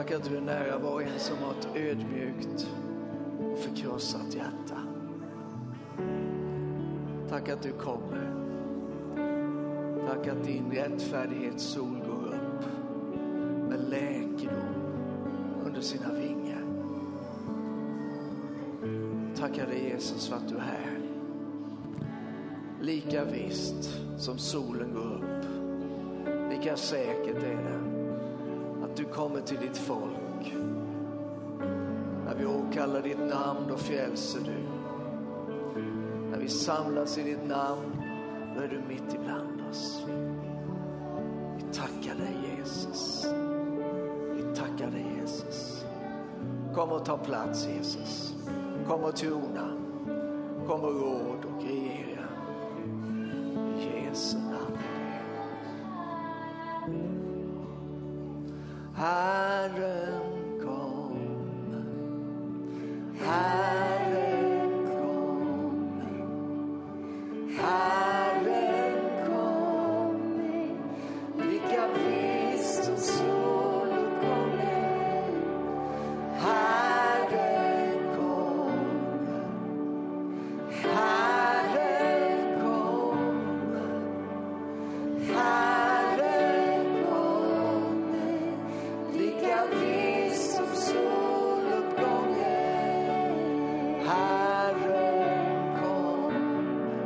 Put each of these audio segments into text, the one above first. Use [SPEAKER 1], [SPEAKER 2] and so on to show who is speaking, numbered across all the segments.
[SPEAKER 1] Tack att du är nära var och en som har ett ödmjukt och förkrossat hjärta. Tack att du kommer. Tack att din rättfärdighetssol går upp med läkedom under sina vingar. Tackar dig Jesus för att du är här. Lika visst som solen går upp, lika säkert är det att du kommer till ditt folk. När vi åkallar ditt namn, då frälser du. När vi samlas i ditt namn, då är du mitt ibland oss. Vi tackar dig Jesus. Vi tackar dig Jesus. Kom och ta plats Jesus. Kom och tona. Kom och råd och regera. I Jesu namn. Herren kommer. Herren kommer. Herren kommer. Lika visst som soluppgången. Herren kommer. Herren kommer. Herren kommer. Lika visst som soluppgången. Herren kommer.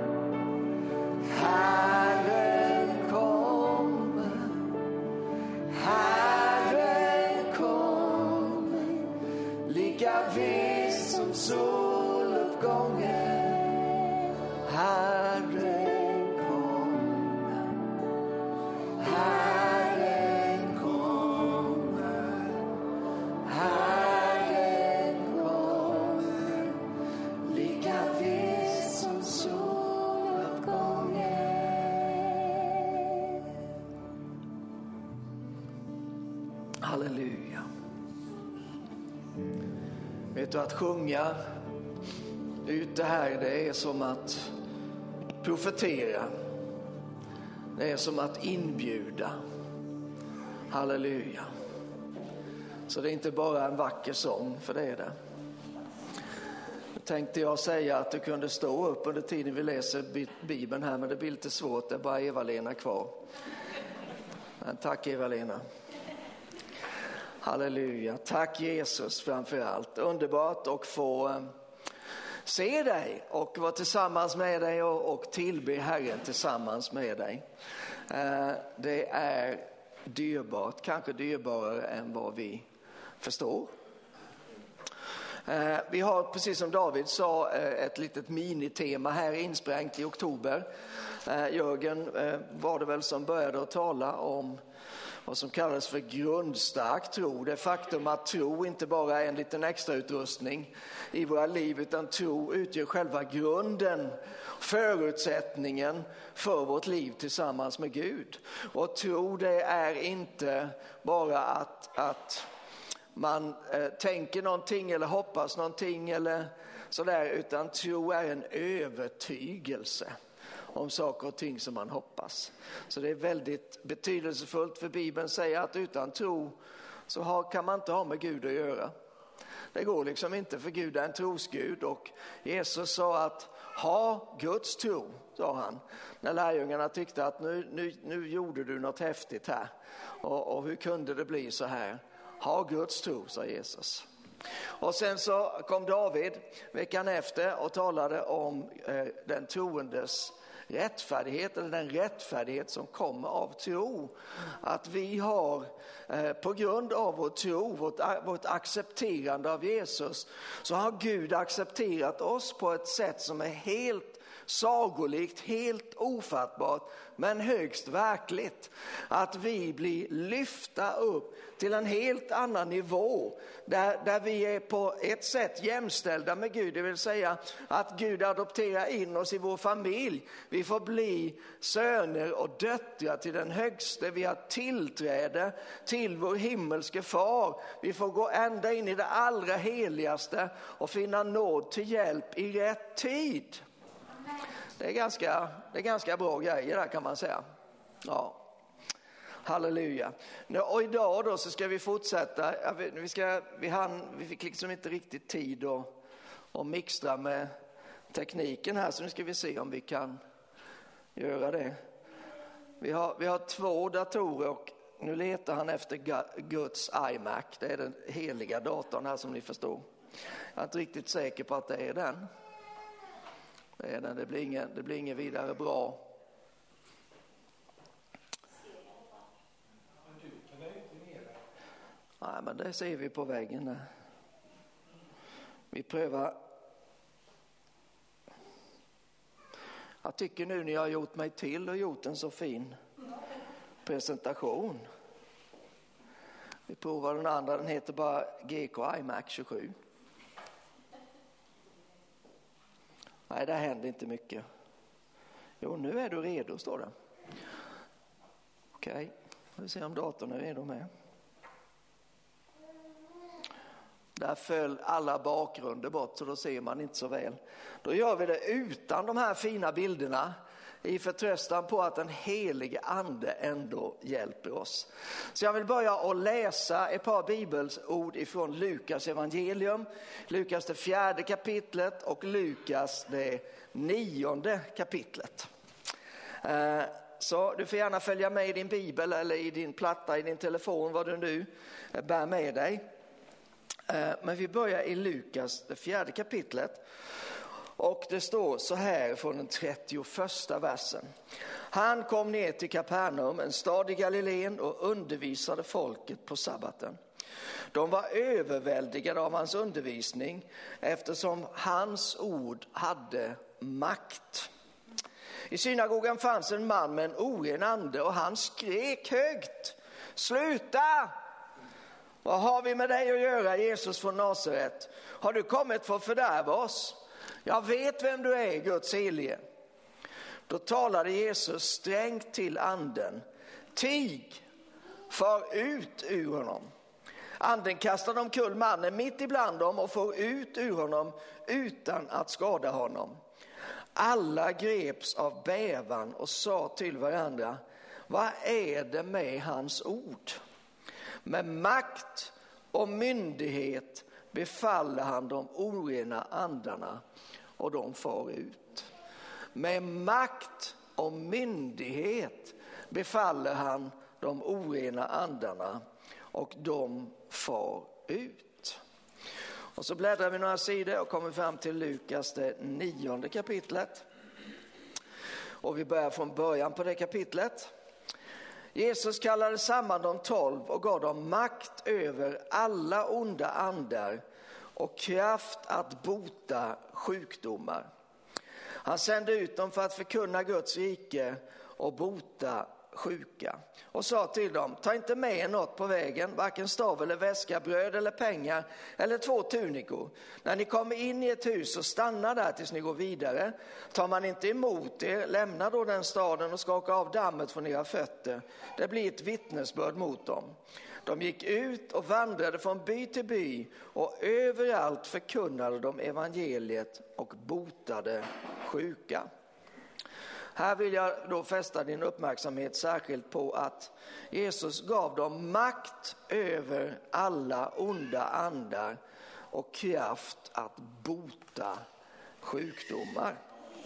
[SPEAKER 1] Herren kommer. Herren kommer. Lika visst som soluppgången. Herren kommer. Herren kommer. Herren kommer. Lika visst som soluppgången. Halleluja. Vet du, att sjunga ute här, det är som att profetera. Det är som att inbjuda. Halleluja. Så det är inte bara en vacker sång, för det är det. Nu tänkte jag säga att du kunde stå upp under tiden vi läser Bibeln här, men det blir lite svårt. Det är bara Eva-Lena kvar. Men tack Eva-Lena. Halleluja. Tack Jesus framför allt. Underbart att få se dig och vara tillsammans med dig och tillbe Herren tillsammans med dig. Det är dyrbart, kanske dyrbarare än vad vi förstår. Vi har, precis som David sa, ett litet minitema här insprängt i oktober. Jörgen var det väl som började att tala om vad som kallas för grundstark tro. Det faktum att tro inte bara är en liten extra utrustning i våra liv, utan tro utgör själva grunden, förutsättningen för vårt liv tillsammans med Gud. Och tro, det är inte bara att man tänker någonting eller hoppas någonting eller sådär, utan tro är en övertygelse om saker och ting som man hoppas. Så det är väldigt betydelsefullt, för Bibeln säger att utan tro så kan man inte ha med Gud att göra. Det går liksom inte, för Gud är en trosgud, och Jesus sa att ha Guds tro, sa han, när lärjungarna tyckte att nu gjorde du något häftigt här, och hur kunde det bli så här? Ha Guds tro, sa Jesus. Och sen så kom David veckan efter och talade om den troendes rättfärdighet, eller den rättfärdighet som kommer av tro. Att vi har på grund av vår tro, vårt accepterande av Jesus, så har Gud accepterat oss på ett sätt som är helt sagolikt, helt ofattbart, men högst verkligt. Att vi blir lyfta upp till en helt annan nivå, där vi är på ett sätt jämställda med Gud. Det vill säga att Gud adopterar in oss i vår familj. Vi får bli söner och döttrar till den högste. Vi har tillträde till vår himmelske far. Vi får gå ända in i det allra heligaste och finna nåd till hjälp i rätt tid. Det är ganska bra grejer där, kan man säga. Ja. Halleluja. Och idag då så ska vi fortsätta. Vi fick liksom inte riktigt tid att mixtra med tekniken här, så nu ska vi se om vi kan göra det. Vi har 2 datorer och nu letar han efter Guds iMac. Det är den heliga datorn här som ni förstår. Jag är inte riktigt säker på att det är den. Det är den. Det blir inget vidare bra. Nej, men det ser vi på väggen där. Vi prövar. Jag tycker nu ni har gjort mig till och gjort en så fin presentation. Vi provar den andra, den heter bara GK iMac 27. Nej, det händer inte mycket. Jo, nu är du redo, står det. Okej, vi ser om datorn är redo med. Där föll alla bakgrunder bort, så då ser man inte så väl. Då gör vi det utan de här fina bilderna, i förtröstan på att den helige ande ändå hjälper oss. Så jag vill börja att läsa ett par bibelsord ifrån Lukas evangelium. Lukas det 4:e kapitlet och Lukas det 9:e kapitlet. Så du får gärna följa med i din bibel eller i din platta, i din telefon, vad du nu bär med dig. Men vi börjar i Lukas det 4:e kapitlet. Och det står så här från den 31:a versen. Han kom ner till Kapernaum, en stad i Galileen, och undervisade folket på sabbaten. De var överväldigade av hans undervisning, eftersom hans ord hade makt. I synagogan fanns en man med en oren ande, och han skrek högt: sluta! Vad har vi med dig att göra, Jesus från Nasaret? Har du kommit för att fördärva oss? Jag vet vem du är, Guds helige. Då talade Jesus strängt till anden: tig, far ut ur honom. Anden kastade omkull mannen mitt ibland dem och for ut ur honom utan att skada honom. Alla greps av bävan och sa till varandra: vad är det med hans ord? Med makt och myndighet befaller han de orena andarna och de far ut. Med makt och myndighet befaller han de orena andarna och de far ut. Och så bläddrar vi några sidor och kommer fram till Lukas det 9:e kapitlet. Och vi börjar från början på det kapitlet. Jesus kallade samman de 12 och gav dem makt över alla onda andar och kraft att bota sjukdomar. Han sände ut dem för att förkunna Guds rike och bota sjuka. Och sa till dem: ta inte med er något på vägen, varken stav eller väska, bröd eller pengar eller 2 tunikor. När ni kommer in i ett hus, så stanna där tills ni går vidare. Tar man inte emot er, lämna då den staden och skaka av dammet från era fötter. Det blir ett vittnesbörd mot dem. De gick ut och vandrade från by till by, och överallt förkunnade de evangeliet och botade sjuka. Här vill jag då fästa din uppmärksamhet särskilt på att Jesus gav dem makt över alla onda andar och kraft att bota sjukdomar.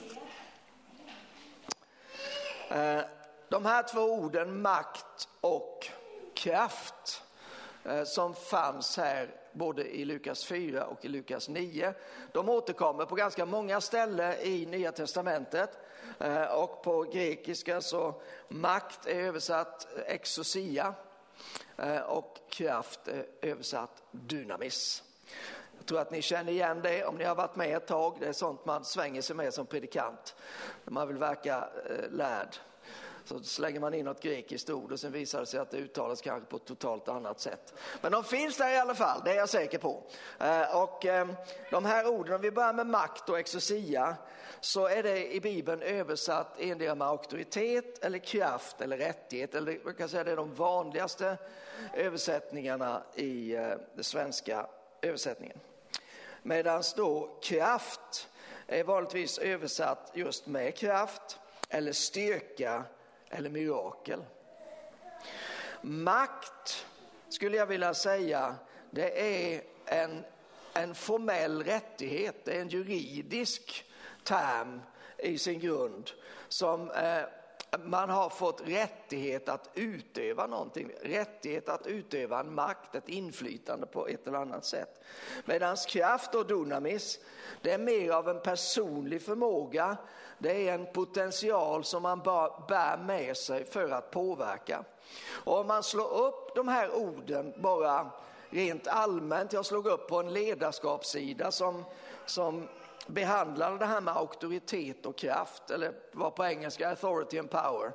[SPEAKER 1] De här 2 orden, makt och kraft, som fanns här både i Lukas 4 och i Lukas 9, de återkommer på ganska många ställen i Nya testamentet. Och på grekiska så makt är översatt exousia och kraft är översatt dynamis. Jag tror att ni känner igen det om ni har varit med ett tag. Det är sånt man svänger sig med som predikant när man vill verka lärd. Så slänger man in något grekiskt ord och sen visar det sig att det uttalas kanske på ett totalt annat sätt. Men de finns där i alla fall, det är jag säker på. Och de här orden, om vi börjar med makt och exousia, så är det i Bibeln översatt endera med auktoritet eller kraft eller rättighet. Eller man kan säga det är de vanligaste översättningarna i den svenska översättningen. Medan då kraft är vanligtvis översatt just med kraft eller styrka eller mirakel. Makt skulle jag vilja säga, det är en formell rättighet, det är en juridisk term i sin grund som man har fått rättighet att utöva någonting, rättighet att utöva en makt, ett inflytande på ett eller annat sätt. Medan kraft och dunamis, det är mer av en personlig förmåga, det är en potential som man bär med sig för att påverka. Och om man slår upp de här orden bara rent allmänt, jag slog upp på en ledarskapssida som behandlar det här med auktoritet och kraft, eller vad på engelska authority and power.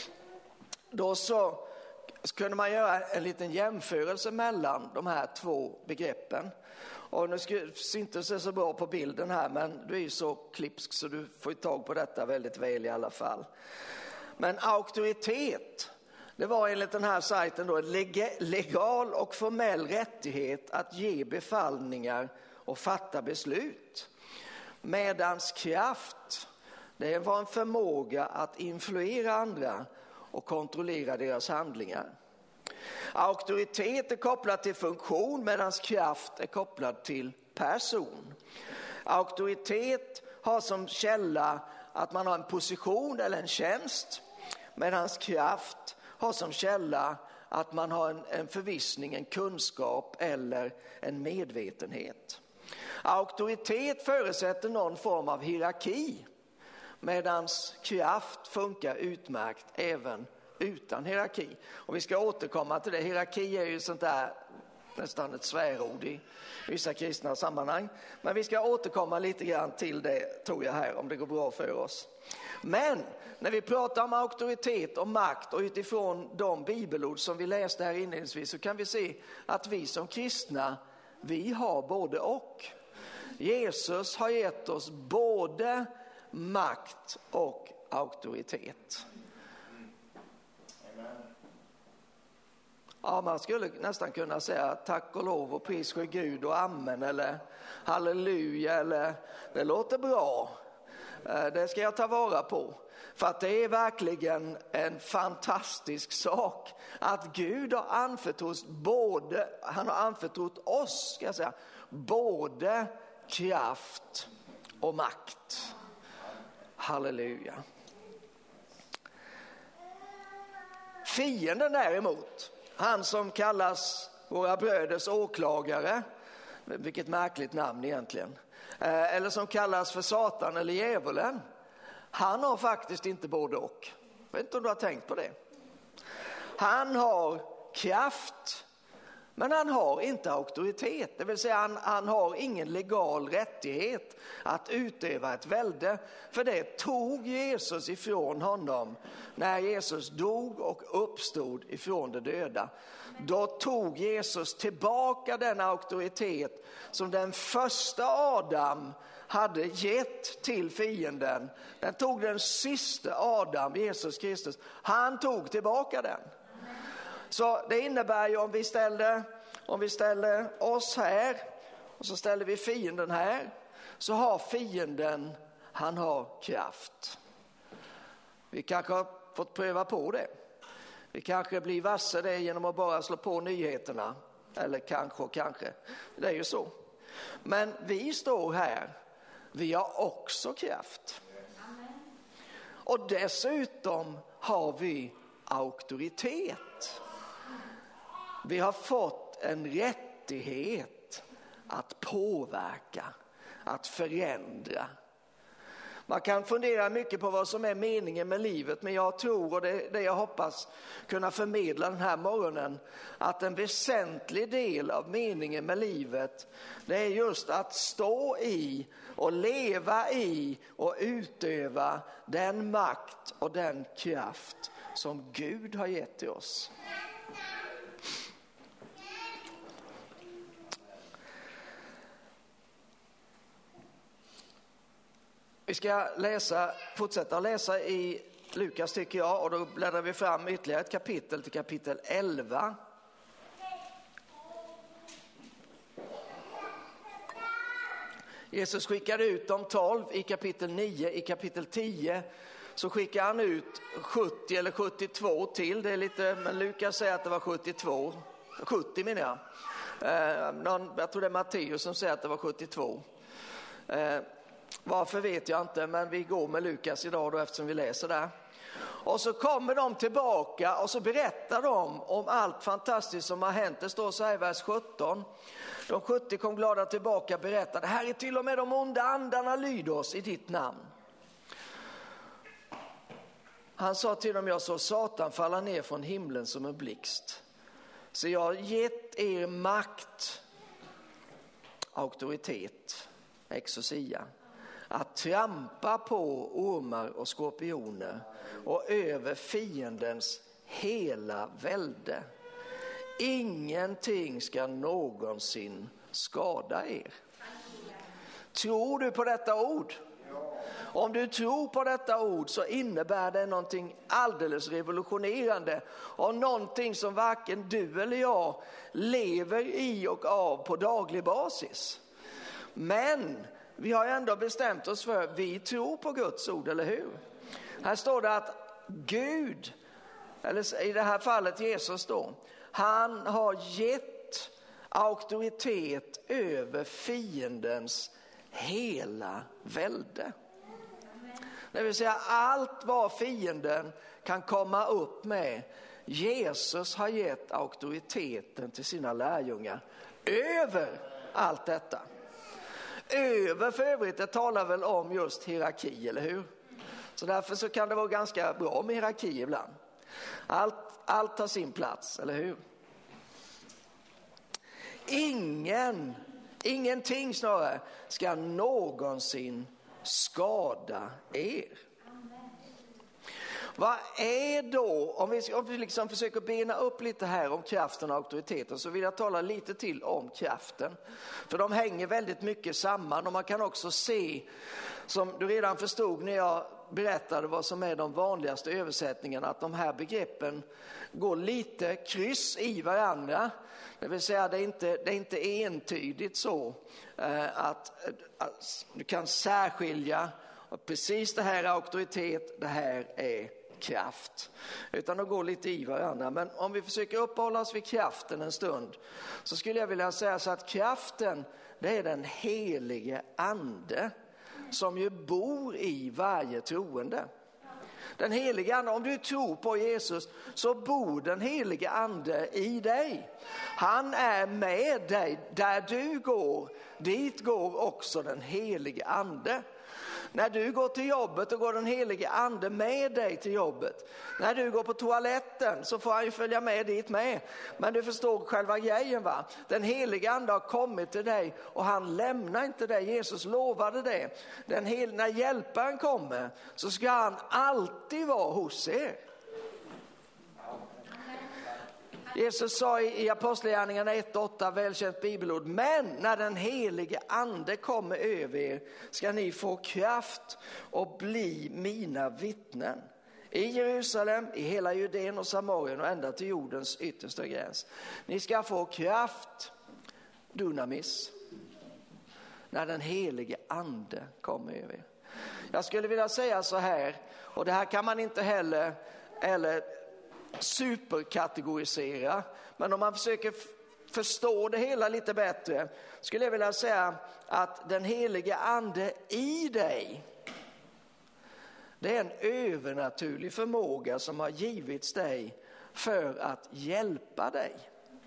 [SPEAKER 1] Då så kunde man göra en liten jämförelse mellan de här två begreppen. Och nu syns inte se så bra på bilden här, men du är ju så klipsk så du får ju tag på detta väldigt väl i alla fall. Men auktoritet, det var enligt den här sajten då en legal och formell rättighet att ge befallningar och fatta beslut. Medans kraft, det var en förmåga att influera andra och kontrollera deras handlingar. Auktoritet är kopplad till funktion, medans kraft är kopplad till person. Auktoritet har som källa att man har en position eller en tjänst, medans kraft har som källa att man har en förvissning, en kunskap eller en medvetenhet. Auktoritet förutsätter någon form av hierarki, medan kraft funkar utmärkt även utan hierarki. Och vi ska återkomma till det. Hierarki är ju sånt där nästan ett svärord i vissa kristna sammanhang. Men vi ska återkomma lite grann till det, tror jag, här, om det går bra för oss. Men när vi pratar om auktoritet och makt och utifrån de bibelord som vi läste här inledningsvis, så kan vi se att vi som kristna, vi har både och. Jesus har gett oss både makt och auktoritet. Ja, man skulle nästan kunna säga tack och lov och pris för Gud och amen eller halleluja, eller det låter bra. Det ska jag ta vara på. För att det är verkligen en fantastisk sak att Gud har anförtrott oss, ska jag säga, både kraft och makt. Halleluja. Fienden däremot, han som kallas våra bröders åklagare, vilket märkligt namn egentligen, eller som kallas för Satan eller djävulen, han har faktiskt inte både och. Jag vet inte om du har tänkt på det. Han har kraft, men han har inte auktoritet. Det vill säga han har ingen legal rättighet att utöva ett välde. För det tog Jesus ifrån honom när Jesus dog och uppstod ifrån de döda. Då tog Jesus tillbaka den auktoritet som den första Adam hade gett till fienden. Den tog den sista Adam, Jesus Kristus. Han tog tillbaka den. Så det innebär ju om vi ställer oss här och så ställer vi fienden här, så har fienden, han har kraft. Vi kanske har fått pröva på det. Vi kanske blir varse det genom att bara slå på nyheterna. Eller kanske. Det är ju så. Men vi står här. Vi har också kraft. Och dessutom har vi auktoritet. Vi har fått en rättighet att påverka, att förändra. Man kan fundera mycket på vad som är meningen med livet, men jag tror, och det jag hoppas kunna förmedla den här morgonen, att en väsentlig del av meningen med livet, det är just att stå i och leva i och utöva den makt och den kraft som Gud har gett till oss. Vi ska fortsätta läsa i Lukas, tycker jag, och då bläddrar vi fram ytterligare ett kapitel till kapitel 11. Jesus skickade ut de 12 i kapitel 9. I kapitel 10 så skickar han ut 70 eller 72 till. Det är lite, men Lukas säger att det var 70 menar jag. Jag tror det är Matteus som säger att det var 72. Varför vet jag inte, men vi går med Lukas idag då eftersom vi läser där. Och så kommer de tillbaka och så berättar de om allt fantastiskt som har hänt. Det står så här i vers 17. De 70 kom glada tillbaka och berättade: här är till och med de onda andarna lyder oss i ditt namn. Han sa till dem: jag såg Satan falla ner från himlen som en blixt. Så jag har gett er makt, auktoritet, exousia, att trampa på ormar och skorpioner och över fiendens hela välde. Ingenting ska någonsin skada er. Tror du på detta ord? Om du tror på detta ord så innebär det någonting alldeles revolutionerande och någonting som varken du eller jag lever i och av på daglig basis. Men vi har ändå bestämt oss för att vi tror på Guds ord, eller hur? Här står det att Gud, eller i det här fallet Jesus då, han har gett auktoritet över fiendens hela välde. Det vill säga allt vad fienden kan komma upp med, Jesus har gett auktoriteten till sina lärjungar över allt detta. Över, för övrigt, det talar väl om just hierarki, eller hur? Så därför så kan det vara ganska bra med hierarki ibland. Allt har sin plats, eller hur? Ingenting snarare ska någonsin skada er. Vad är då, om vi liksom försöker bena upp lite här om kraften och auktoriteten, så vill jag tala lite till om kraften. För de hänger väldigt mycket samman och man kan också se, som du redan förstod när jag berättade vad som är de vanligaste översättningarna, att de här begreppen går lite kryss i varandra. Det vill säga det är inte entydigt så att du kan särskilja och precis det här är auktoritet, det här är kraft. Utan de går lite i varandra. Men om vi försöker uppehålla oss vid kraften en stund, så skulle jag vilja säga så att kraften, det är den helige ande som ju bor i varje troende. Den helige ande, om du tror på Jesus så bor den helige ande i dig. Han är med dig där du går, dit går också den helige ande. När du går till jobbet och går den helige ande med dig till jobbet. När du går på toaletten så får han ju följa med dit med. Men du förstår själva grejen, va? Den helige ande har kommit till dig och han lämnar inte dig. Jesus lovade det. När hjälparen kommer så ska han alltid vara hos er. Jesus sa i Apostlagärningarna 1:8, välkänt bibelord: men när den helige ande kommer över er ska ni få kraft och bli mina vittnen i Jerusalem, i hela Judeen och Samarien och ända till jordens yttersta gräns. Ni ska få kraft, dunamis, när den helige ande kommer över er. Jag skulle vilja säga så här, och det här kan man inte heller superkategorisera, men om man försöker förstå det hela lite bättre, skulle jag vilja säga att den helige ande i dig, det är en övernaturlig förmåga som har givits dig för att hjälpa dig.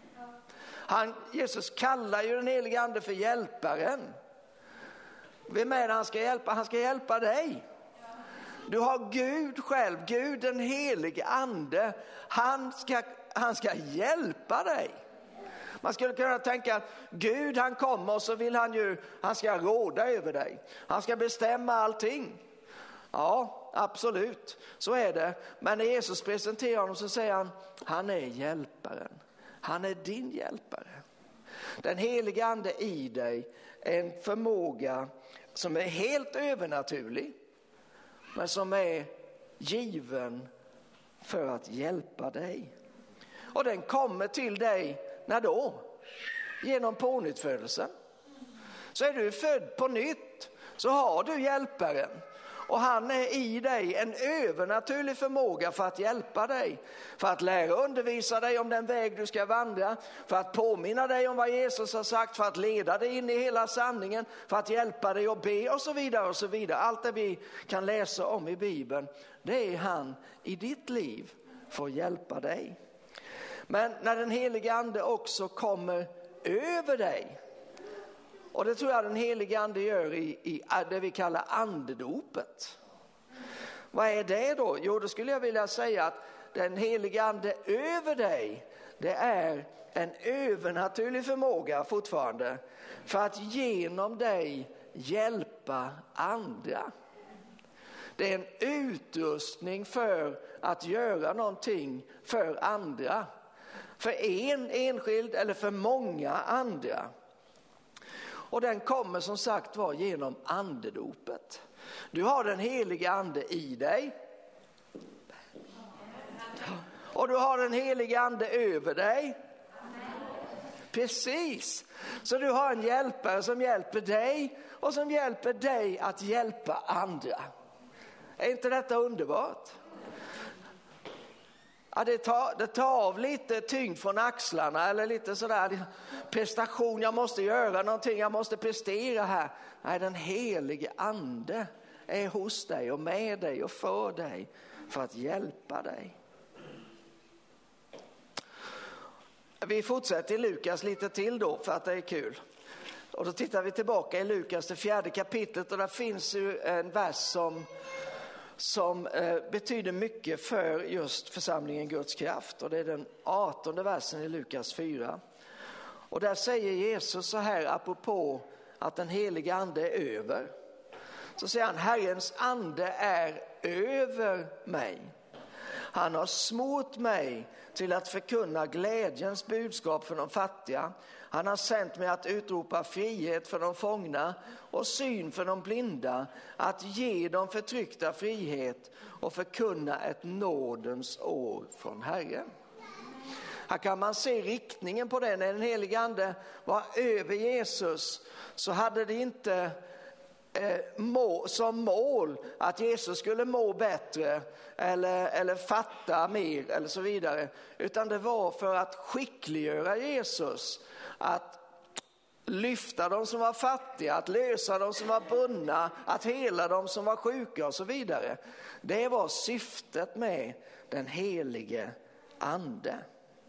[SPEAKER 1] Jesus kallar ju den helige ande för hjälparen. Vem är det han ska hjälpa? Han ska hjälpa dig. Du har Gud själv, Gud den helige ande. Han ska hjälpa dig. Man skulle kunna tänka att Gud, han kommer och så vill han ska råda över dig. Han ska bestämma allting. Ja, absolut, så är det. Men när Jesus presenterar honom så säger han är hjälparen. Han är din hjälpare. Den helige ande i dig är en förmåga som är helt övernaturlig, men som är given för att hjälpa dig. Och den kommer till dig när då? Genom pånyttfödelsen. Så är du född på nytt så har du hjälparen. Och han är i dig en övernaturlig förmåga för att hjälpa dig. För att lära och undervisa dig om den väg du ska vandra. För att påminna dig om vad Jesus har sagt. För att leda dig in i hela sanningen. För att hjälpa dig att be och så vidare och så vidare. Allt det vi kan läsa om i Bibeln, det är han i ditt liv för att hjälpa dig. Men när den helige ande också kommer över dig. Och det tror jag den helige ande gör i det vi kallar andedopet. Vad är det då? Jo, då skulle jag vilja säga att den helige ande över dig, det är en övernaturlig förmåga fortfarande för att genom dig hjälpa andra. Det är en utrustning för att göra någonting för andra. För en enskild eller för många andra. Och den kommer som sagt var genom andedopet. Du har den heliga ande i dig. Och du har den heliga ande över dig. Precis. Så du har en hjälpare som hjälper dig och som hjälper dig att hjälpa andra. Är inte detta underbart? Ja, det tar av lite tyngd från axlarna eller lite sådär prestation, jag måste göra någonting, jag måste prestera här. Nej, den helige ande är hos dig och med dig och för dig för att hjälpa dig. Vi fortsätter i Lukas lite till då för att det är kul. Och då tittar vi tillbaka i Lukas, det 4:e kapitlet, och där finns ju en vers som betyder mycket för just församlingen Guds kraft. Och det är den 18:e versen i Lukas 4. Och där säger Jesus så här apropå att den heliga ande är över. Så säger han, Herrens ande är över mig. Han har smort mig till att förkunna glädjens budskap för de fattiga. Han har sänt mig att utropa frihet för de fångna och syn för de blinda, att ge de förtryckta frihet och förkunna ett nådens år från Herren. Här kan man se riktningen på det. När den helige ande var över Jesus så hade det inte som mål att Jesus skulle må bättre eller fatta mer eller så vidare, utan det var för att skickliggöra Jesus, att lyfta de som var fattiga, att lösa de som var bundna, att hela de som var sjuka och så vidare. Det var syftet med den helige ande.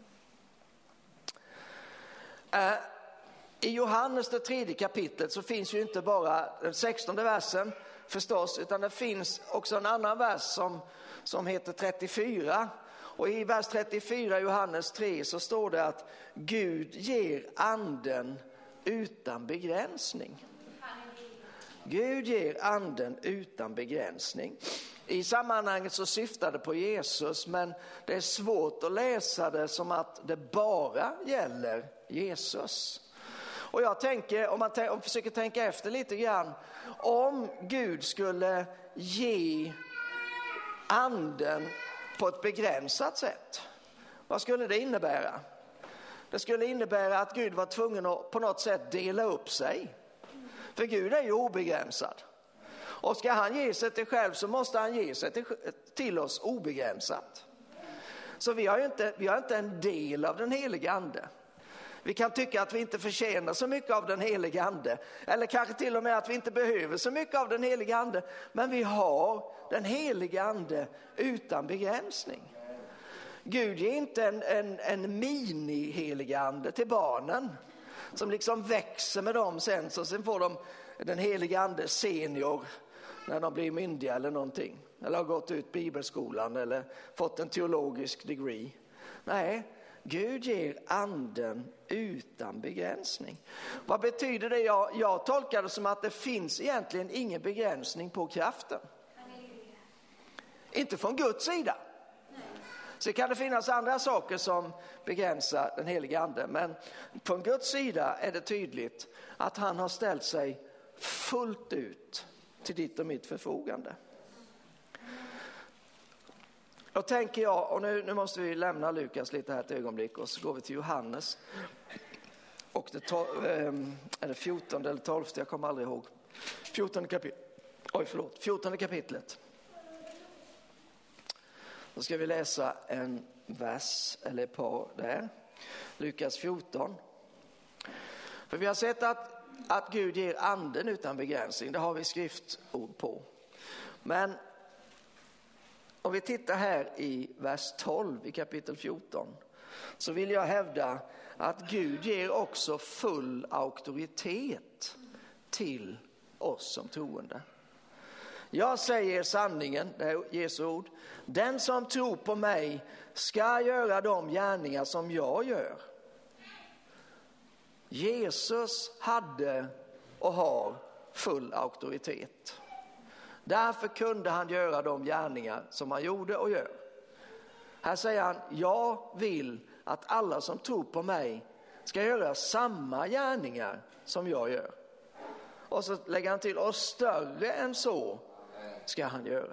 [SPEAKER 1] I Johannes det 3:e kapitlet så finns ju inte bara den 16:e versen förstås, utan det finns också en annan vers som heter 34. Och i vers 34 i Johannes 3 så står det att Gud ger anden utan begränsning. Gud ger anden utan begränsning. I sammanhanget så syftar det på Jesus, men det är svårt att läsa det som att det bara gäller Jesus. Och jag tänker, om man försöker tänka efter lite grann, om Gud skulle ge anden på ett begränsat sätt, vad skulle det innebära? Det skulle innebära att Gud var tvungen att på något sätt dela upp sig. För Gud är ju obegränsad. Och ska han ge sig till själv så måste han ge sig till oss obegränsat. Så vi har inte en del av den heliga ande. Vi kan tycka att vi inte förtjänar så mycket av den heliga ande. Eller kanske till och med att vi inte behöver så mycket av den heliga ande. Men vi har den heliga ande utan begränsning. Gud ger inte en mini-heliga ande till barnen som liksom växer med dem sen. Så sen får de den heliga ande senior när de blir myndiga eller någonting. Eller har gått ut bibelskolan eller fått en teologisk degree. Nej, Gud ger anden utan begränsning. Vad betyder det? Jag tolkar det som att det finns egentligen ingen begränsning på kraften. Inte från Guds sida. Så kan det finnas andra saker som begränsar den heliga ande. Men från Guds sida är det tydligt att han har ställt sig fullt ut till ditt och mitt förfogande. Då tänker jag, och nu måste vi lämna Lukas lite här ett ögonblick och så går vi till Johannes. Och det är det 14 eller 12, jag kommer aldrig ihåg. 14 kapitel. 14 kapitlet. Då ska vi läsa en vers eller ett par där. Lukas 14. För vi har sett att Gud ger anden utan begränsning. Det har vi skriftord på. Men om vi tittar här i vers 12 i kapitel 14, så vill jag hävda att Gud ger också full auktoritet till oss som troende. Jag säger sanningen, det är Jesu ord. Den som tror på mig ska göra de gärningar som jag gör. Jesus hade och har full auktoritet. Därför kunde han göra de gärningar som han gjorde och gör. Här säger han, jag vill att alla som tror på mig ska göra samma gärningar som jag gör. Och så lägger han till, och större än så ska han göra.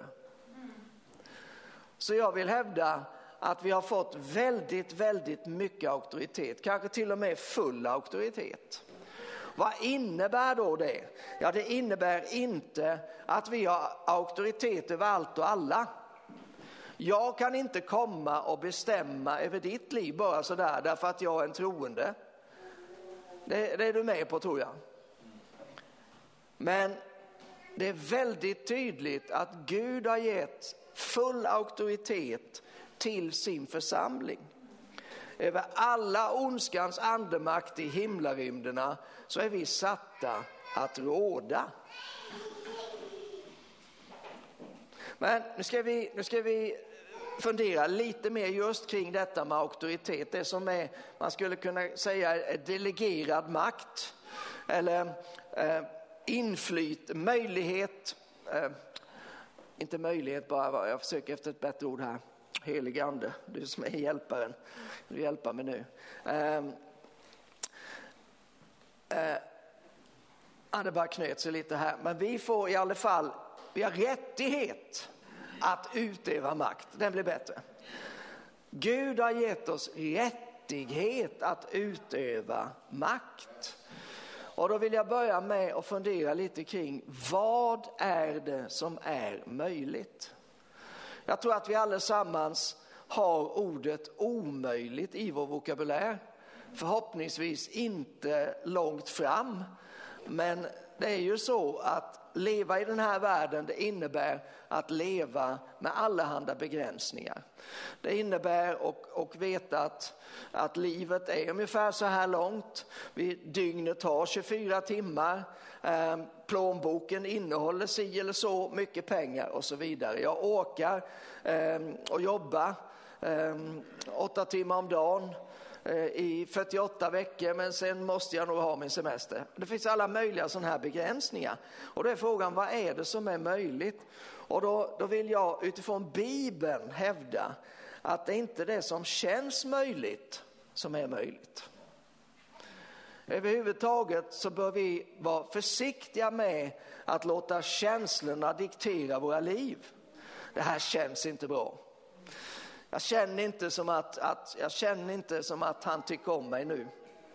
[SPEAKER 1] Så jag vill hävda att vi har fått väldigt, väldigt mycket auktoritet. Kanske till och med full auktoritet. Vad innebär då det? Ja, det innebär inte att vi har auktoritet över allt och alla. Jag kan inte komma och bestämma över ditt liv bara sådär därför att jag är en troende. Det är du med på, tror jag. Men det är väldigt tydligt att Gud har gett full auktoritet till sin församling. Över alla ondskans andemakt i himlarymderna så är vi satta att råda. Men nu ska vi fundera lite mer just kring detta med auktoritet. Det som är, man skulle kunna säga, delegerad makt. Eller möjlighet. Inte möjlighet bara, jag försöker efter ett bättre ord här. Helig ande, du som är hjälparen. Du hjälper mig nu. Det bara knöt sig lite här. Men vi får i alla fall, vi har rättighet att utöva makt. Den blir bättre. Gud har gett oss rättighet att utöva makt. Och då vill jag börja med att fundera lite kring vad är det som är möjligt? Jag tror att vi allesammans har ordet omöjligt i vår vokabulär. Förhoppningsvis inte långt fram. Men det är ju så att leva i den här världen, det innebär att leva med allehanda begränsningar. Det innebär och veta att livet är ungefär så här långt. Dygnet har 24 timmar. Plånboken innehåller si eller så mycket pengar och så vidare. Jag åker och jobbar 8 timmar om dagen i 48 veckor, men sen måste jag nog ha min semester. Det finns alla möjliga sådana här begränsningar. Och då är frågan, vad är det som är möjligt? Och då vill jag utifrån Bibeln hävda att det inte är det som känns möjligt som är möjligt. Överhuvudtaget så bör vi vara försiktiga med att låta känslorna diktera våra liv. Det här känns inte bra. Jag känner inte som att han tycker om mig nu.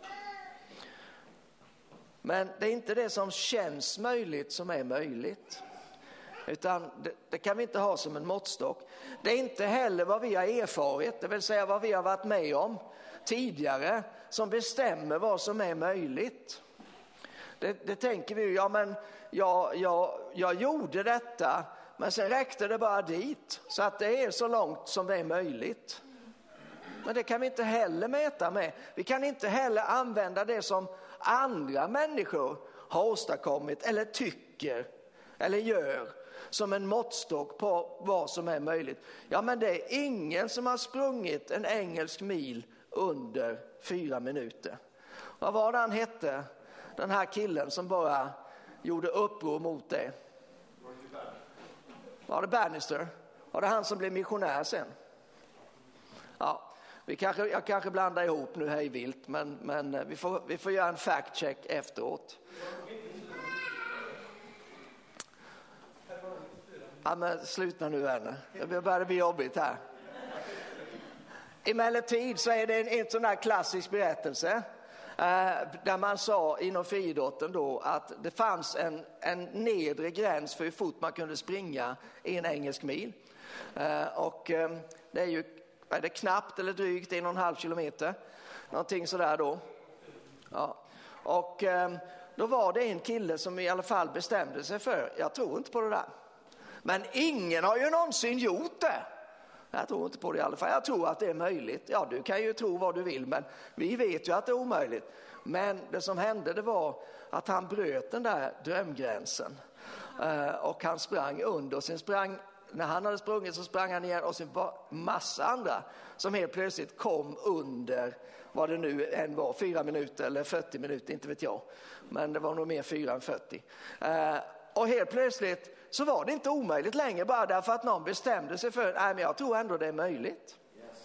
[SPEAKER 1] Men det är inte det som känns möjligt som är möjligt. Utan det kan vi inte ha som en måttstock. Det är inte heller vad vi har erfarit, det vill säga vad vi har varit med om tidigare, som bestämmer vad som är möjligt. Det tänker vi, ja men jag gjorde detta, men sen räckte det bara dit. Så att det är så långt som det är möjligt. Men det kan vi inte heller mäta med. Vi kan inte heller använda det som andra människor har åstadkommit eller tycker eller gör som en måttstock på vad som är möjligt. Ja, men det är ingen som har sprungit en engelsk mil under 4 minuter. Vad var det han hette? Den här killen som bara gjorde uppror mot det. Var det Bannister? Var det han som blev missionär sen? Ja, jag kanske blandar ihop nu hej vilt, men vi får göra en fact check efteråt. Ja, men sluta nu vänner. Det börjar bli jobbigt här. Emellertid så är det en sån här klassisk berättelse Där man sa inom friidrotten då att det fanns en nedre gräns för hur fort man kunde springa i en engelsk mil. Och det är ju knappt eller drygt 1,5 kilometer. Någonting sådär då. Ja. Och då var det en kille som i alla fall bestämde sig för, jag tror inte på det där. Men ingen har ju någonsin gjort det. Jag tror inte på det i alla fall. Jag tror att det är möjligt. Ja, du kan ju tro vad du vill, men vi vet ju att det är omöjligt. Men det som hände, det var att han bröt den där drömgränsen. Och han sprang under. Och sen när han hade sprungit så sprang han igen. Och sen var massa andra som helt plötsligt kom under, vad det nu än var, 4 minuter eller 40 minuter, inte vet jag. Men det var nog mer 4 än 40. Och helt plötsligt så var det inte omöjligt längre, bara därför att någon bestämde sig för, nej men jag tror ändå det är möjligt.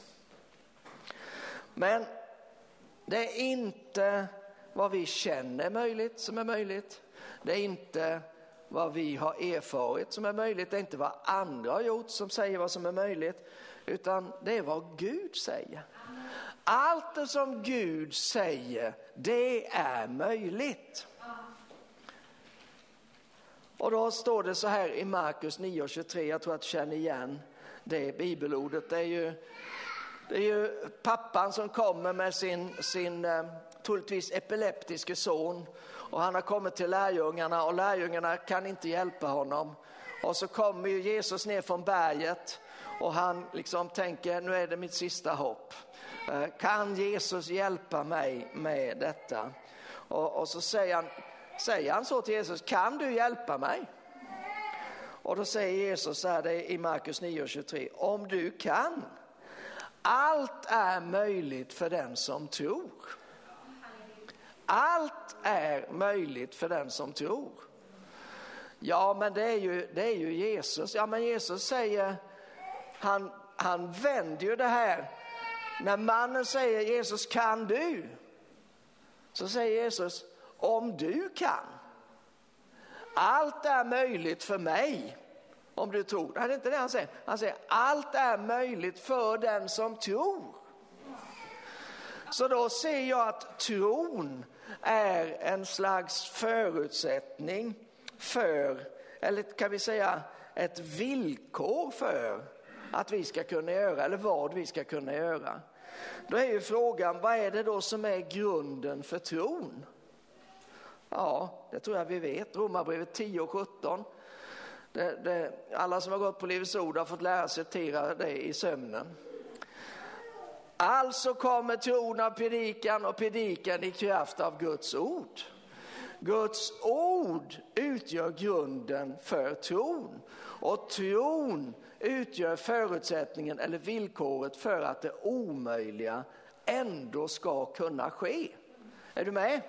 [SPEAKER 1] Men det är inte vad vi känner möjligt som är möjligt. Det är inte vad vi har erfarit som är möjligt. Det är inte vad andra har gjort som säger vad som är möjligt. Utan det är vad Gud säger. Allt det som Gud säger, det är möjligt. Och då står det så här i Markus 9:23, jag tror att du känner igen det bibelordet. Det är ju pappan som kommer med sin troligtvis epileptiske son. Och han har kommit till lärjungarna och lärjungarna kan inte hjälpa honom. Och så kommer ju Jesus ner från berget och han liksom tänker, nu är det mitt sista hopp. Kan Jesus hjälpa mig med detta? Och så säger han så till Jesus, kan du hjälpa mig? Och då säger Jesus så här i Markus 9:23, om du kan, allt är möjligt för den som tror. Allt är möjligt för den som tror. Ja, men det är ju Jesus. Ja, men Jesus säger, han vänder ju det här. När mannen säger, Jesus kan du? Så säger Jesus, om du kan. Allt är möjligt för mig om du tror. Det är inte det han säger. Han säger, allt är möjligt för den som tror. Så då ser jag att tron är en slags förutsättning för, eller kan vi säga ett villkor för att vi ska kunna göra, eller vad vi ska kunna göra. Då är ju frågan, vad är det då som är grunden för tron? Ja, det tror jag vi vet. Romarbrevet 10:17. Alla som har gått på Livets ord har fått lära sig citera det i sömnen. Alltså kommer tron av predikan och predikan i kraft av Guds ord. Guds ord utgör grunden för tron. Och tron utgör förutsättningen eller villkoret för att det omöjliga ändå ska kunna ske. Är du med?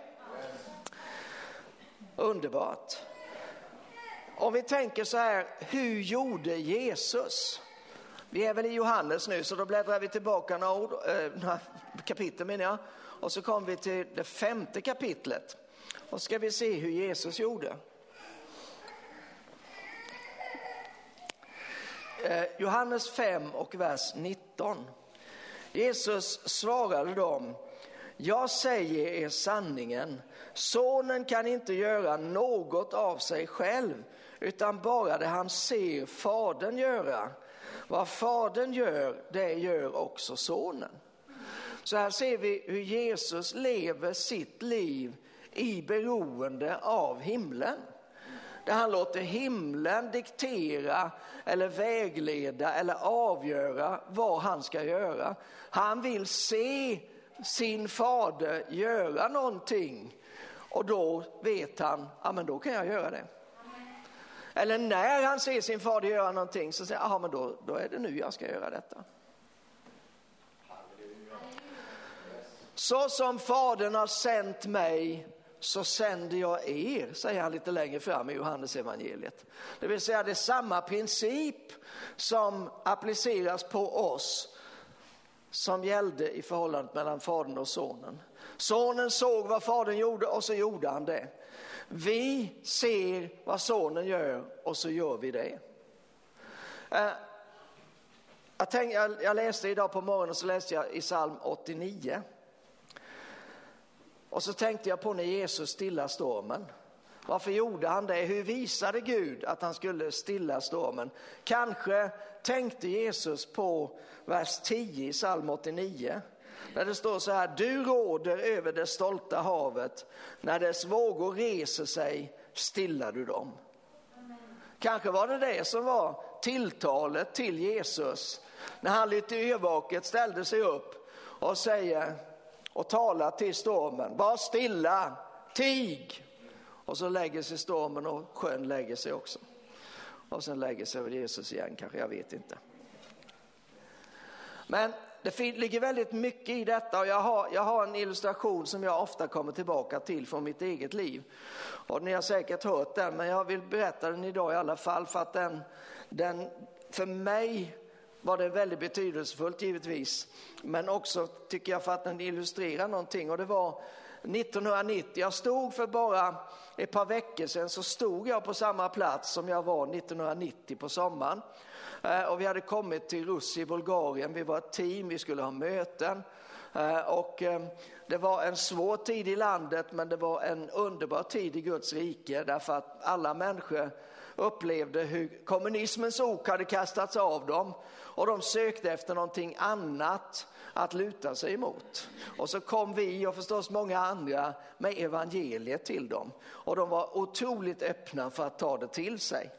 [SPEAKER 1] Underbart. Om vi tänker så här, hur gjorde Jesus? Vi är väl i Johannes nu, så då bläddrar vi tillbaka några kapitel menar jag. Och så kommer vi till det 5:e kapitlet. Och ska vi se hur Jesus gjorde. Johannes 5 och vers 19. Jesus svarade dem, jag säger er sanningen, sonen kan inte göra något av sig själv, utan bara det han ser fadern göra. Vad fadern gör, det gör också sonen. Så här ser vi hur Jesus lever sitt liv i beroende av himlen. Där han låter himlen diktera eller vägleda eller avgöra vad han ska göra. Han vill se sin fader göra någonting och då vet han, ja men då kan jag göra det. Eller när han ser sin fader göra någonting så säger han, ja men då är det nu jag ska göra detta. Så som fadern har sänt mig så sänder jag er, säger han lite längre fram i Johannes evangeliet. Det vill säga det är samma princip som appliceras på oss som gällde i förhållandet mellan fadern och sonen. Sonen såg vad fadern gjorde och så gjorde han det. Vi ser vad sonen gör och så gör vi det. Jag läste idag på morgonen, så läste jag i psalm 89. Och så tänkte jag på när Jesus stilla stormen. Varför gjorde han det? Hur visade Gud att han skulle stilla stormen? Kanske tänkte Jesus på vers 10 i psalm 89. Där det står så här: du råder över det stolta havet. När dess vågor reser sig stillar du dem. Kanske var det som var tilltalet till Jesus. När han lite yrvaket ställde sig upp och säger och talar till stormen: var stilla, tig. Och så lägger sig stormen och sjön lägger sig också. Och sen lägger sig över Jesus igen kanske, jag vet inte. Men det ligger väldigt mycket i detta, och jag har en illustration som jag ofta kommer tillbaka till från mitt eget liv. Och ni har säkert hört den, men jag vill berätta den idag i alla fall, för att den för mig var det väldigt betydelsefullt givetvis. Men också tycker jag för att den illustrerar någonting, och det var 1990. Jag stod för bara ett par veckor sedan, så stod jag på samma plats som jag var 1990 på sommaren. Och vi hade kommit till Russi i Bulgarien. Vi var ett team, vi skulle ha möten. Och det var en svår tid i landet, men det var en underbar tid i Guds rike. Därför att alla människor upplevde hur kommunismens ok hade kastats av dem. Och de sökte efter någonting annat att luta sig emot. Och så kom vi och förstås många andra med evangeliet till dem. Och de var otroligt öppna för att ta det till sig.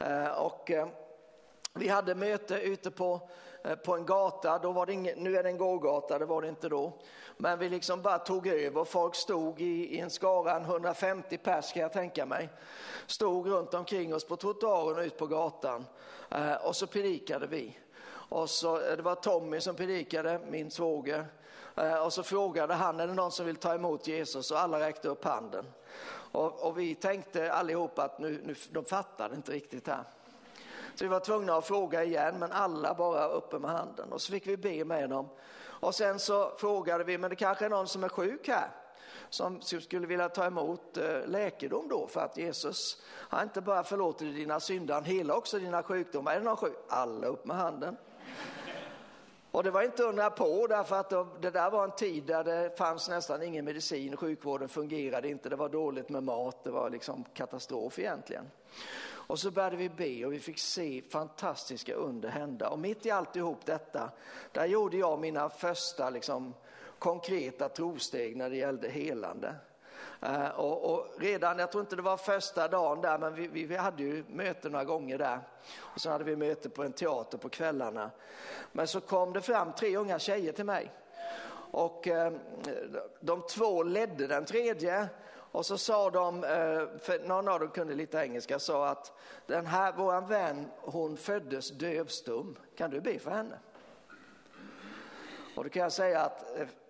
[SPEAKER 1] Vi hade möte ute på en gata. Då var det nu är det en gågata, det var det inte då. Men vi liksom bara tog över. Folk stod i en skara, 150 pers kan jag tänka mig. Stod runt omkring oss på trottoaren ut på gatan. Och så predikade vi. Och så, det var Tommy som predikade, min svåger. Och så frågade han: är det någon som vill ta emot Jesus? Och alla räckte upp handen. Och vi tänkte allihop att nu de fattade inte riktigt här. Så vi var tvungna att fråga igen, men alla bara uppe med handen. Och så fick vi be med dem. Och sen så frågade vi: men det kanske är någon som är sjuk här, som skulle vilja ta emot läkedom då, för att Jesus har inte bara förlåtit dina synder, han helar också dina sjukdomar. Är det någon sjuk? Alla upp med handen. Och det var inte undra på, därför att det där var en tid där det fanns nästan ingen medicin, sjukvården fungerade inte, det var dåligt med mat, det var liksom katastrof egentligen. Och så började vi be och vi fick se fantastiska under hända. Och mitt i alltihop detta, där gjorde jag mina första konkreta trosteg när det gällde helande. Och redan, jag tror inte det var första dagen där, men vi hade ju möten några gånger där. Och så hade vi möte på en teater på kvällarna. Men så kom det fram 3 unga tjejer till mig. Och de 2 ledde den tredje. Och så sa de, för någon av dem kunde lite engelska, sa att den här, våran vän, hon föddes dövstum. Kan du be för henne? Och då kan jag säga att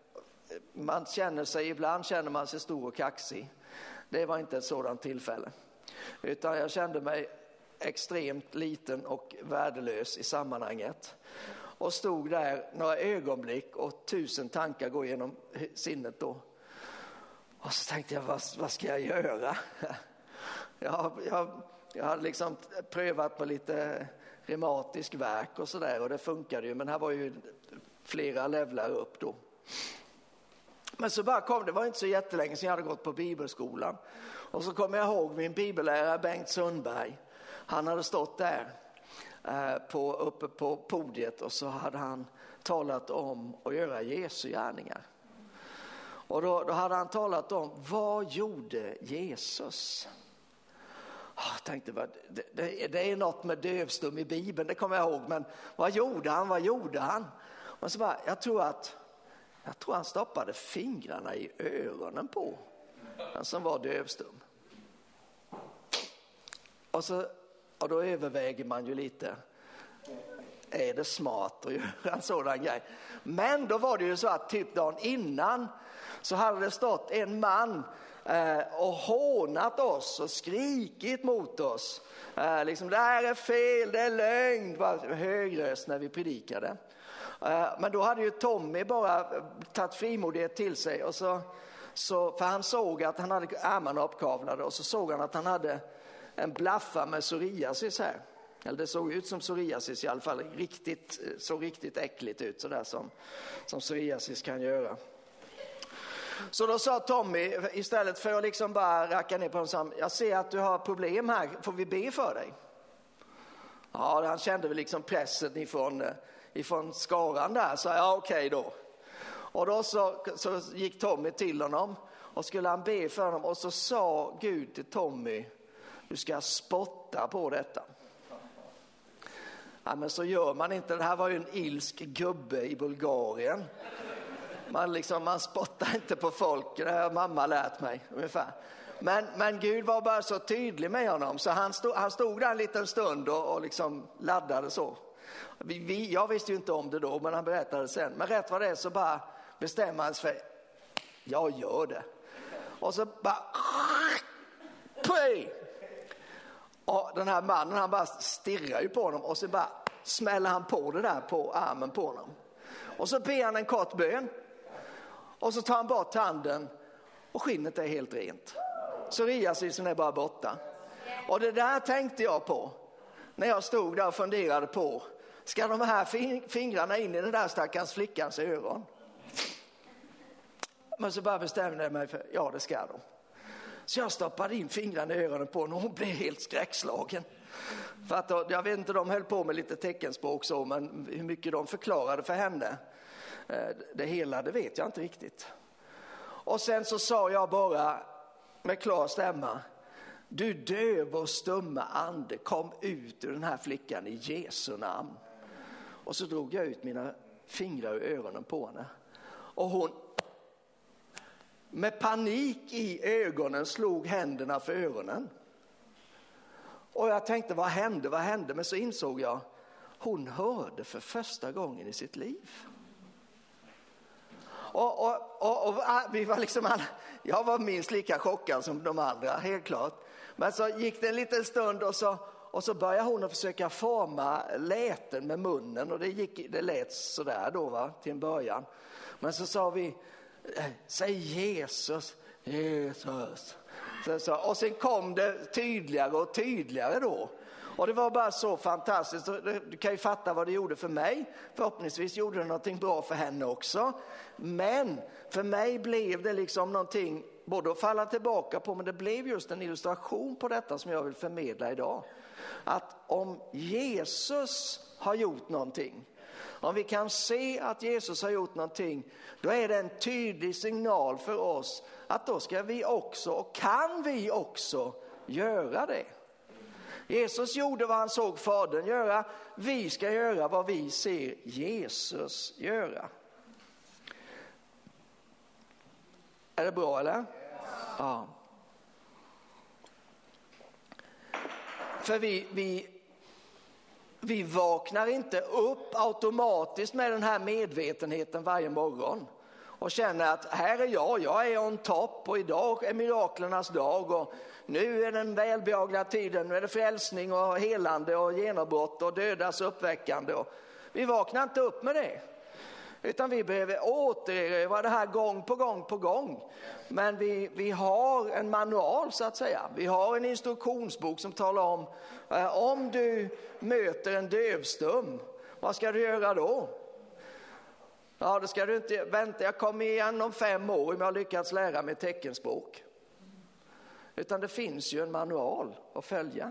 [SPEAKER 1] ibland känner man sig stor och kaxig. Det var inte ett sådant tillfälle. Utan jag kände mig extremt liten och värdelös i sammanhanget. Och stod där några ögonblick och 1000 tankar går genom sinnet då. Och så tänkte jag, vad ska jag göra? Jag hade prövat på lite reumatisk värk och sådär, och det funkade ju. Men här var ju flera levlar upp då. Men så bara kom, det var inte så jättelänge sedan jag hade gått på bibelskolan. Och så kom jag ihåg min bibellärare Bengt Sundberg. Han hade stått där uppe på podiet, och så hade han talat om att göra Jesu gärningar. Och då hade han talat om, vad gjorde Jesus? Jag tänkte, det är något med dövstum i Bibeln, det kommer jag ihåg. Men vad gjorde han? Och så bara, jag tror han stoppade fingrarna i öronen på den som var dövstum. Och då överväger man ju lite. Är det smart att göra en sådan grej? Men då var det ju så att typ dagen innan så hade det stått en man och hånat oss och skrikit mot oss. Det här är fel, det är lögn. Det var hög röst när vi predikade. Men då hade ju Tommy bara tagit frimodighet till sig. Och för han såg att han hade armarna uppkavlade, och så såg han att han hade en blaffa med psoriasis här. Eller det såg ut som psoriasis i alla fall. Såg riktigt äckligt ut, sådär som psoriasis kan göra. Så då sa Tommy, istället för att liksom bara racka ner på honom, jag ser att du har problem här, får vi be för dig? Ja, han kände väl liksom pressen ifrån skaran där, så ja, okej då. Och då så gick Tommy till honom och skulle han be för honom, och så sa Gud till Tommy, du ska spotta på detta. Ja, men så gör man inte. Det här var ju en ilsk gubbe i Bulgarien. Man spottar inte på folk. Det har mamma lärt mig ungefär. Men Gud var bara så tydlig med honom. Så han stod där en liten stund och liksom laddade så. Jag visste ju inte om det då, men han berättade sen. Men rätt vad det är så bara bestämmer han sig för, jag gör det. Och så bara... Pui! Och den här mannen, han bara stirrar ju på honom, och så bara smäller han på det där på armen på honom. Och så ber han en kort bön. Och så tar han bort handen och skinnet är helt rent. Psoriasisen är bara borta. Och det där tänkte jag på när jag stod där och funderade på, ska de här fingrarna in i den där stackars flickans öron? Men så bara bestämde jag mig för, ja det ska de. Så jag stoppade in fingrarna i öronen på henne och hon blev helt skräckslagen. För att jag vet inte, de höll på med lite teckenspråk så, men hur mycket de förklarade för henne, det hela, det vet jag inte riktigt. Och sen så sa jag bara med klar stämma, du döv och stumma ande, kom ut ur den här flickan i Jesu namn. Och så drog jag ut mina fingrar ur öronen på henne. Och hon med panik i ögonen slog händerna för öronen. Och jag tänkte, vad hände? Men så insåg jag, hon hörde för första gången i sitt liv. Och vi var liksom jag var minst lika chockad som de andra, helt klart. Men så gick det en liten stund och så började hon att försöka forma läten med munnen. Och det lät sådär då, va, till en början. Men så sa vi, säg Jesus. Och sen kom det tydligare och tydligare då. Och det var bara så fantastiskt. Du kan ju fatta vad det gjorde för mig. Förhoppningsvis gjorde det någonting bra för henne också. Men för mig blev det liksom någonting både att falla tillbaka på, men det blev just en illustration på detta som jag vill förmedla idag. Att om Jesus har gjort någonting, om vi kan se att Jesus har gjort någonting, då är det en tydlig signal för oss att då ska vi också, och kan vi också, göra det. Jesus gjorde vad han såg Fadern göra. Vi ska göra vad vi ser Jesus göra. Är det bra eller? Ja. För vi vaknar inte upp automatiskt med den här medvetenheten varje morgon och känner att här är jag är on top och idag är miraklernas dag och nu är den välbehagliga tiden, nu är det frälsning och helande och genombrott och dödas uppväckande. Och vi vaknar inte upp med det, utan vi behöver återerövra det här gång på gång. Men vi har en manual så att säga. Vi har en instruktionsbok som talar om du möter en dövstum, vad ska du göra då? Ja, då ska du inte vänta, jag kommer igen om 5 år om jag har lyckats lära mig teckenspråk. Utan det finns ju en manual att följa.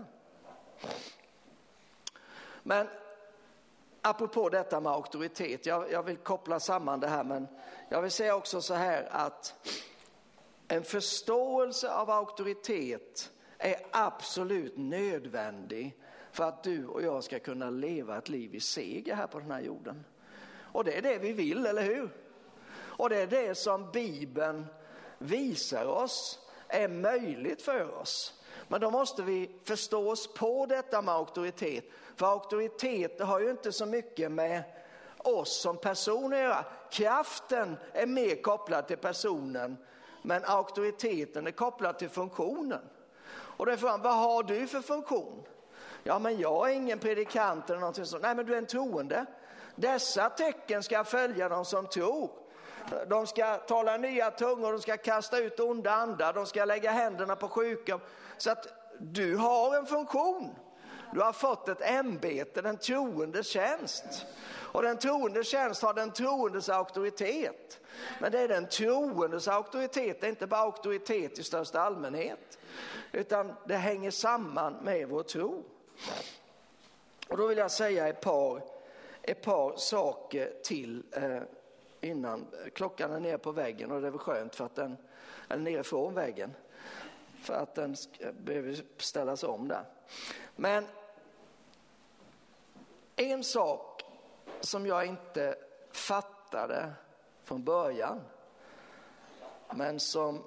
[SPEAKER 1] Men apropå detta med auktoritet, jag vill koppla samman det här, men jag vill säga också så här att en förståelse av auktoritet är absolut nödvändig för att du och jag ska kunna leva ett liv i seger här på den här jorden. Och det är det vi vill, eller hur? Och det är det som Bibeln visar oss är möjligt för oss. Men då måste vi förstå oss på detta med auktoritet. För auktoritet har ju inte så mycket med oss som personer att göra. Kraften är mer kopplad till personen, men auktoriteten är kopplad till funktionen. Och då är frågan, vad har du för funktion? Ja, men jag är ingen predikant eller någonting sånt. Nej, men du är en troende. Dessa tecken ska följa de som tror. De ska tala nya tungor, de ska kasta ut onda andar, de ska lägga händerna på sjuka. Så att du har en funktion. Du har fått ett ämbete, den troendes tjänst. Och den troendes tjänst har den troendes auktoritet. Men det är den troendes auktoritet, det är inte bara auktoritet i största allmänhet. Utan det hänger samman med vår tro. Och då vill jag säga ett par saker till innan. Klockan är nere på väggen och det är väl skönt för att den är nere från väggen. För att den behöver ställas om där. Men en sak som jag inte fattade från början, men som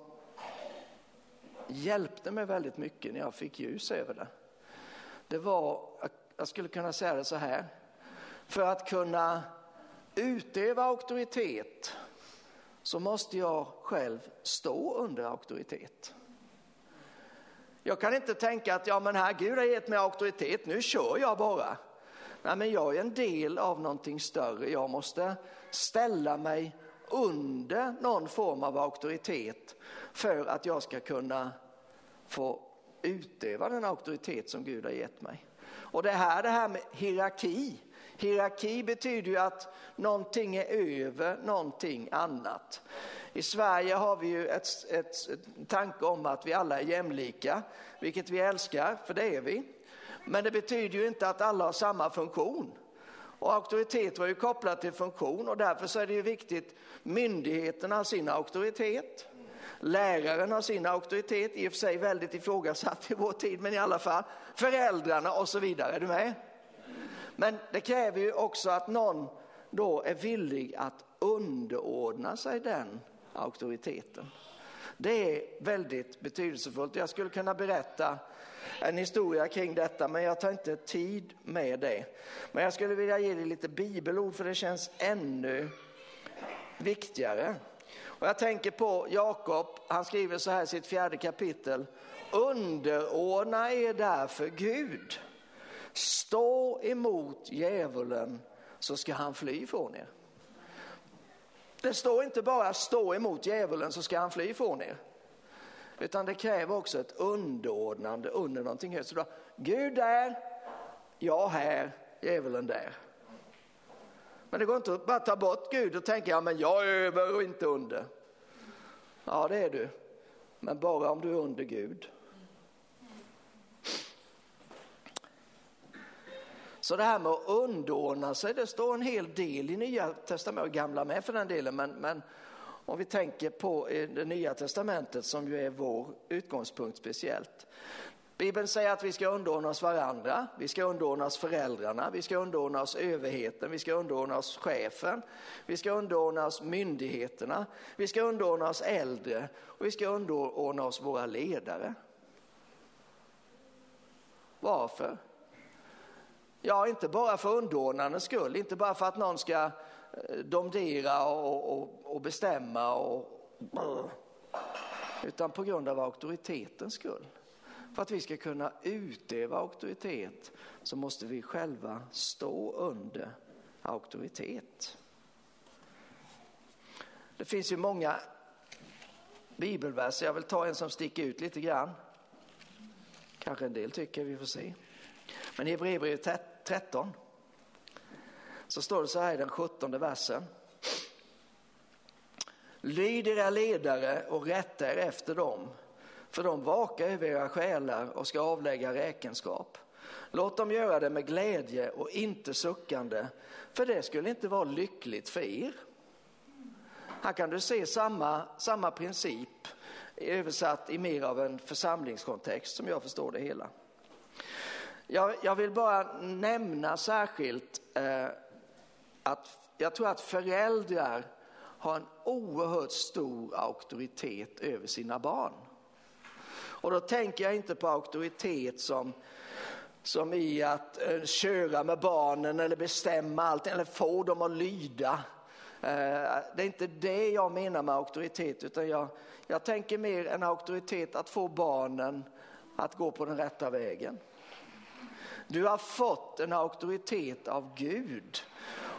[SPEAKER 1] hjälpte mig väldigt mycket när jag fick ljus över det. Det var, jag skulle kunna säga det så här, för att kunna utöva auktoritet så måste jag själv stå under auktoritet. Jag kan inte tänka att men här, Gud har gett mig auktoritet, nu kör jag bara. Nej, men jag är en del av någonting större. Jag måste ställa mig under någon form av auktoritet för att jag ska kunna få utöva den auktoritet som Gud har gett mig. Och det här med hierarki. Hierarki betyder ju att någonting är över någonting annat. I Sverige har vi ju ett tanke om att vi alla är jämlika, vilket vi älskar, för det är vi. Men det betyder ju inte att alla har samma funktion. Och auktoritet var ju kopplat till funktion, och därför så är det ju viktigt. Myndigheterna har sin auktoritet. Läraren har sin auktoritet, i och för sig väldigt ifrågasatt i vår tid, men i alla fall. Föräldrarna och så vidare, är du med? Men det kräver ju också att någon då är villig att underordna sig den auktoriteten. Det är väldigt betydelsefullt. Jag skulle kunna berätta en historia kring detta, men jag tar inte tid med det. Men jag skulle vilja ge dig lite bibelord, för det känns ännu viktigare. Och jag tänker på Jakob, han skriver så här i sitt 4:e kapitel. Underordna er därför Gud. Stå emot djävulen så ska han fly från er. Det står inte bara stå emot djävulen så ska han fly från er. Utan det kräver också ett underordnande under någonting högt. Så då, Gud där, jag här, djävulen där. Men det går inte att bara ta bort Gud och tänka, men jag är över och inte under. Ja, det är du. Men bara om du är under Gud. Så det här med att underordna sig, det står en hel del i Nya testamentet och Gamla med för den delen. Men om vi tänker på det Nya testamentet som ju är vår utgångspunkt speciellt. Bibeln säger att vi ska underordna oss varandra, vi ska underordna oss föräldrarna, vi ska underordna oss överheten, vi ska underordna oss chefen, vi ska underordna oss myndigheterna, vi ska underordna oss äldre och vi ska underordna oss våra ledare. Varför? Ja, inte bara för underordnandets skull, inte bara för att någon ska domdera och bestämma, utan på grund av auktoritetens skull. För att vi ska kunna utöva auktoritet så måste vi själva stå under auktoritet. Det finns ju många bibelverser, jag vill ta en som sticker ut lite grann. Kanske en del tycker, vi får se. Men i Hebreerbrevet 13 så står det så här i den 17:e versen. Lyd era ledare och rätta er efter dem, för de vakar över era själar och ska avlägga räkenskap. Låt dem göra det med glädje och inte suckande, för det skulle inte vara lyckligt för er. Här kan du se samma princip översatt i mer av en församlingskontext som jag förstår det hela. Jag vill bara nämna särskilt att jag tror att föräldrar har en oerhört stor auktoritet över sina barn. Och då tänker jag inte på auktoritet som i att köra med barnen eller bestämma allt eller få dem att lyda. Det är inte det jag menar med auktoritet, utan jag tänker mer en auktoritet att få barnen att gå på den rätta vägen. Du har fått en auktoritet av Gud.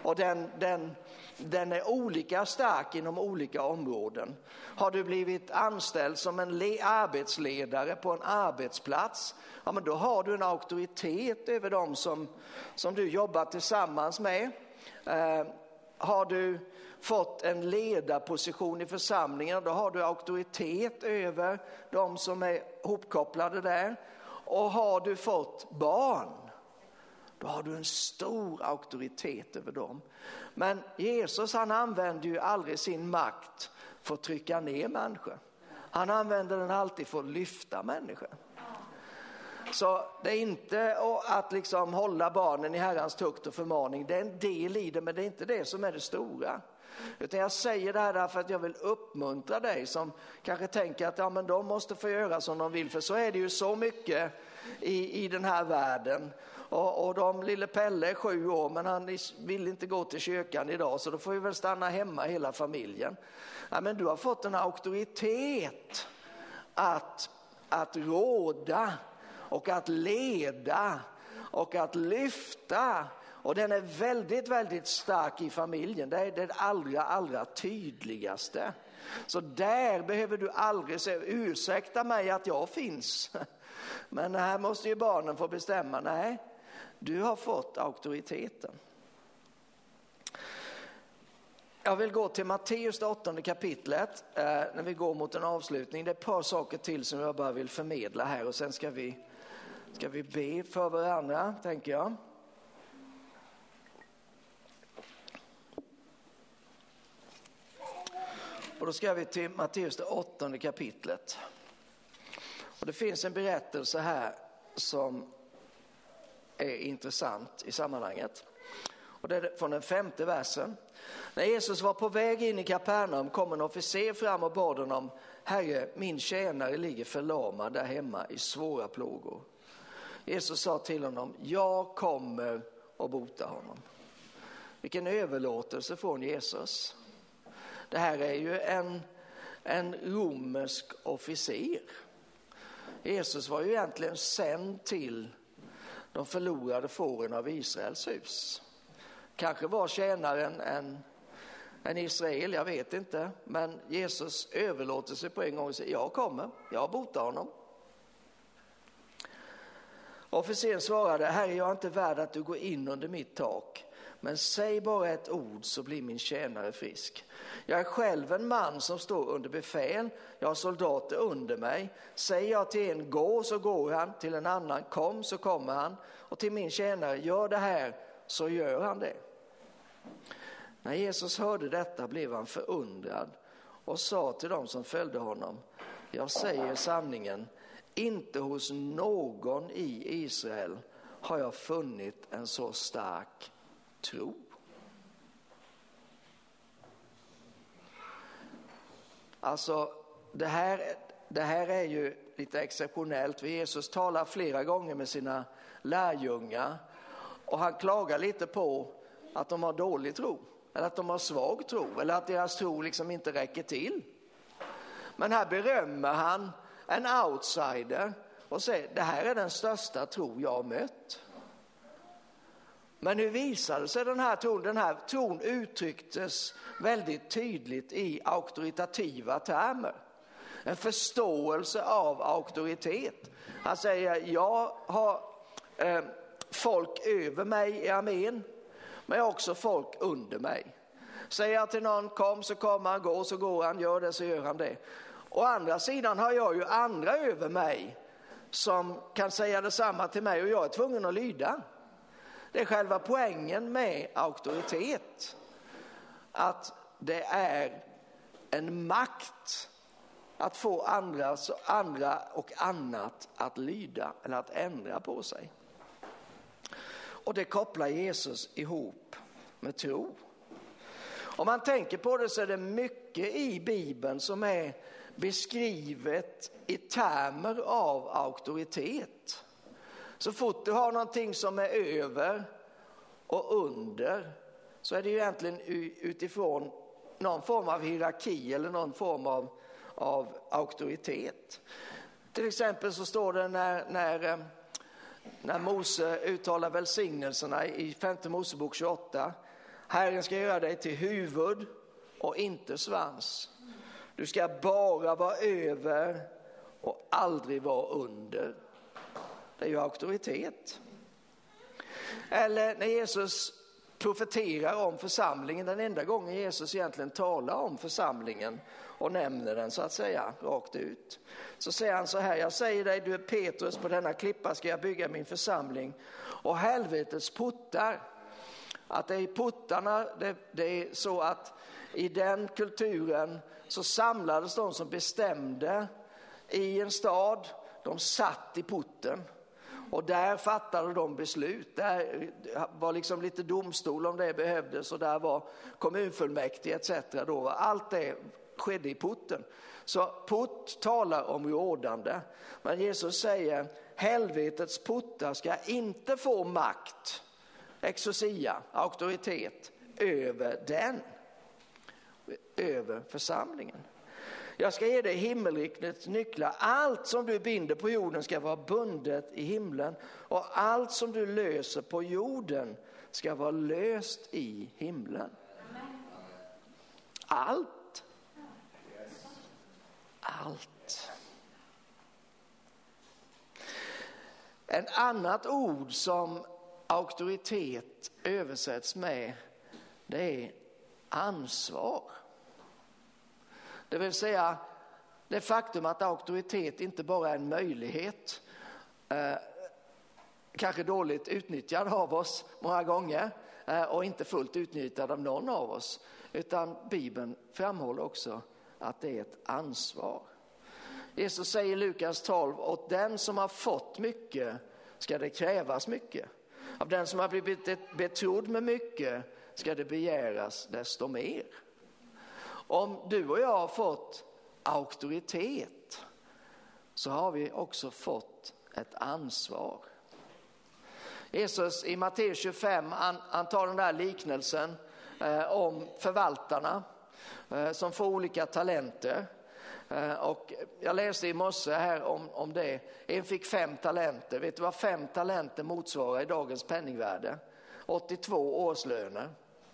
[SPEAKER 1] Och den är olika stark inom olika områden. Har du blivit anställd som en arbetsledare på en arbetsplats, ja, men då har du en auktoritet över dem som du jobbar tillsammans med. Har du fått en ledarposition i församlingen, då har du auktoritet över de som är hopkopplade där. Och har du fått barn, då har du en stor auktoritet över dem. Men Jesus, han använder ju aldrig sin makt för att trycka ner människor. Han använder den alltid för att lyfta människor. Så det är inte att liksom hålla barnen i Herrans tukt och förmaning. Det är en del i det, men det är inte det som är det stora. Utan jag säger det här därför att jag vill uppmuntra dig som kanske tänker att ja, men de måste få göra som de vill. För så är det ju så mycket i den här världen. Och lille Pelle är 7 år, men han vill inte gå till kyrkan idag, så då får vi väl stanna hemma hela familjen. Ja, men du har fått en auktoritet att råda och att leda och att lyfta. Och den är väldigt, väldigt stark i familjen. Det är det allra tydligaste. Så där behöver du aldrig säga, ursäkta mig att jag finns. Men här måste ju barnen få bestämma. Nej, du har fått auktoriteten. Jag vill gå till Matteus 8:e kapitlet när vi går mot en avslutning. Det är ett par saker till som jag bara vill förmedla här. Och sen ska vi be för varandra, tänker jag. Och då ska vi till Matteus 8:e kapitlet. Och det finns en berättelse här som är intressant i sammanhanget. Och det är från den 5:e versen. När Jesus var på väg in i Kapernaum kom en officer fram och bad honom: Herre, min tjänare ligger förlamad där hemma i svåra plågor. Jesus sa till honom: jag kommer och bota honom. Vilken överlåtelse från Jesus. Det här är ju en romersk officer. Jesus var ju egentligen sänd till de förlorade fåren av Israels hus. Kanske var tjänaren en Israel, jag vet inte. Men Jesus överlåter sig på en gång och säger: jag kommer, jag botar honom. Officeren svarade: Herre, jag är inte värd att du går in under mitt tak. Men säg bara ett ord så blir min tjänare frisk. Jag är själv en man som står under befäl. Jag har soldater under mig. Säger jag till en gå, så går han. Till en annan kom, så kommer han. Och till min tjänare, gör det här, så gör han det. När Jesus hörde detta blev han förundrad och sa till dem som följde honom: jag säger sanningen, inte hos någon i Israel har jag funnit en så stark tro. Alltså det här är ju lite exceptionellt. För Jesus talar flera gånger med sina lärjungar och han klagar lite på att de har dålig tro, eller att de har svag tro, eller att deras tro liksom inte räcker till. Men här berömmer han en outsider och säger: det här är den största tro jag har mött. Men hur visade sig den här tron? Den här tron uttrycktes väldigt tydligt i auktoritativa termer. En förståelse av auktoritet. Han säger: jag har folk över mig i armén, men jag har också folk under mig. Säger jag till någon kom, så kommer han, gå så går han, gör det så gör han det. Å andra sidan har jag ju andra över mig som kan säga detsamma till mig och jag är tvungen att lyda. Det är själva poängen med auktoritet. Att det är en makt att få andra och annat att lyda eller att ändra på sig. Och det kopplar Jesus ihop med tro. Om man tänker på det så är det mycket i Bibeln som är beskrivet i termer av auktoritet. Så fort du har någonting som är över och under, så är det ju egentligen utifrån någon form av hierarki eller någon form av auktoritet. Till exempel så står det när Mose uttalar välsignelserna i 5 Mosebok 28. Herren ska göra dig till huvud och inte svans. Du ska bara vara över och aldrig vara under. Det är ju auktoritet. Eller när Jesus profeterar om församlingen, den enda gången Jesus egentligen talar om församlingen och nämner den så att säga rakt ut. Så säger han så här: jag säger dig, du är Petrus, på denna klippa ska jag bygga min församling, och helvetets portar. Att det är portarna, det är så att i den kulturen så samlades de som bestämde i en stad, de satt i porten. Och där fattade de beslut. Där var liksom lite domstol om det behövdes, och där var kommunfullmäktige etc. Då. Allt det skedde i porten. Så port talar om rådande. Men Jesus säger: helvetets portar ska inte få makt, exousia, auktoritet, över den, över församlingen. Jag ska ge dig himmelrikets nycklar. Allt som du binder på jorden ska vara bundet i himlen, och allt som du löser på jorden ska vara löst i himlen. Allt. Allt. En annat ord som auktoritet översätts med, det är ansvar. Det vill säga det faktum att auktoritet inte bara är en möjlighet, kanske dåligt utnyttjad av oss många gånger och inte fullt utnyttjad av någon av oss, utan Bibeln framhåller också att det är ett ansvar. Jesus säger i Lukas 12: åt den som har fått mycket ska det krävas mycket. Av den som har blivit betrodd med mycket ska det begäras desto mer. Om du och jag har fått auktoritet så har vi också fått ett ansvar. Jesus i Matteus 25, han tar den där liknelsen om förvaltarna som får olika talenter. Och jag läste i morse här om det. En fick 5 talenter. Vet du vad 5 talenter motsvarar i dagens penningvärde? 82 årslöner.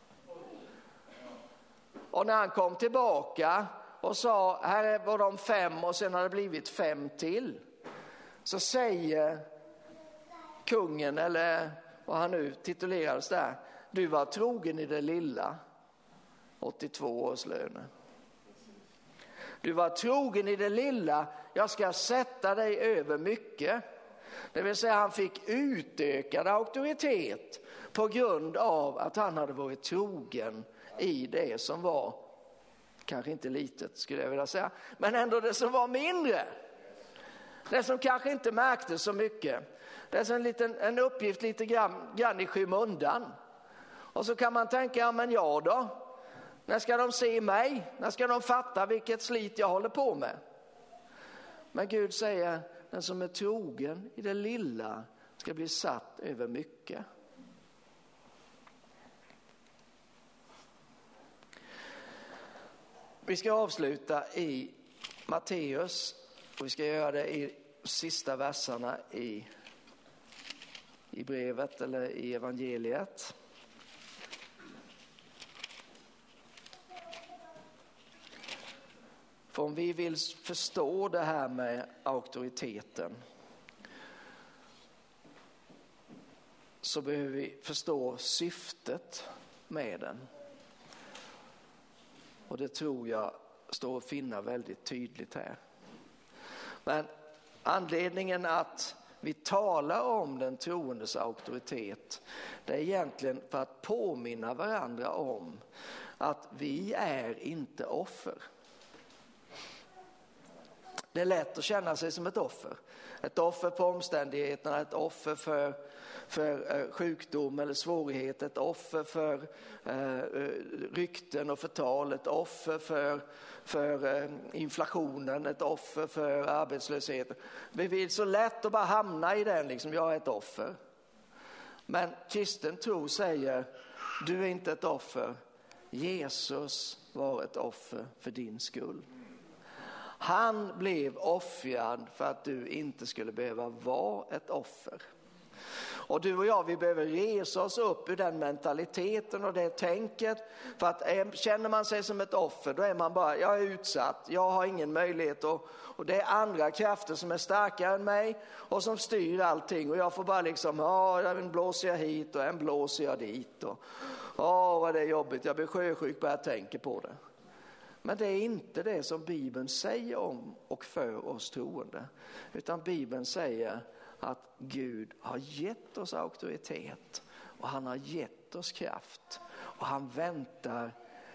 [SPEAKER 1] Och när han kom tillbaka och sa: här var de 5 och sen har det blivit 5 till. Så säger kungen, eller vad han nu titulerades där: du var trogen i det lilla. 82 årslöner. Du var trogen i det lilla, jag ska sätta dig över mycket. Det vill säga han fick utökad auktoritet på grund av att han hade varit trogen i det som var, kanske inte litet skulle jag vilja säga, men ändå det som var mindre. Det som kanske inte märktes så mycket. Det är en uppgift lite grann i skymundan. Och så kan man tänka: ja men jag då? När ska de se mig? När ska de fatta vilket slit jag håller på med? Men Gud säger: den som är trogen i det lilla ska bli satt över mycket. Vi ska avsluta i Matteus, och vi ska göra det i sista verserna i brevet eller i evangeliet. För om vi vill förstå det här med auktoriteten så behöver vi förstå syftet med den. Och det tror jag står att finna väldigt tydligt här. Men anledningen att vi talar om den troendes auktoritet, det är egentligen för att påminna varandra om att vi är inte offer. Det är lätt att känna sig som ett offer. Ett offer på omständigheterna, ett offer för sjukdom eller svårighet, ett offer för rykten och förtal, ett offer för inflationen, ett offer för arbetslösheten. Vi vill så lätt att bara hamna i den, liksom jag är ett offer. Men kristen tro säger: du är inte ett offer. Jesus var ett offer för din skull. Han blev offrad för att du inte skulle behöva vara ett offer. Och du och jag, vi behöver resa oss upp ur den mentaliteten och det tänket. För att känner man sig som ett offer, då är man bara, jag är utsatt, jag har ingen möjlighet. Och det är andra krafter som är starkare än mig och som styr allting. Och jag får bara liksom, en blåser jag hit och en blåser jag dit. Och vad det är jobbigt, jag blir sjösjuk bara jag tänker på det. Men det är inte det som Bibeln säger om och för oss troende. Utan Bibeln säger att Gud har gett oss auktoritet och han har gett oss kraft. Och han väntar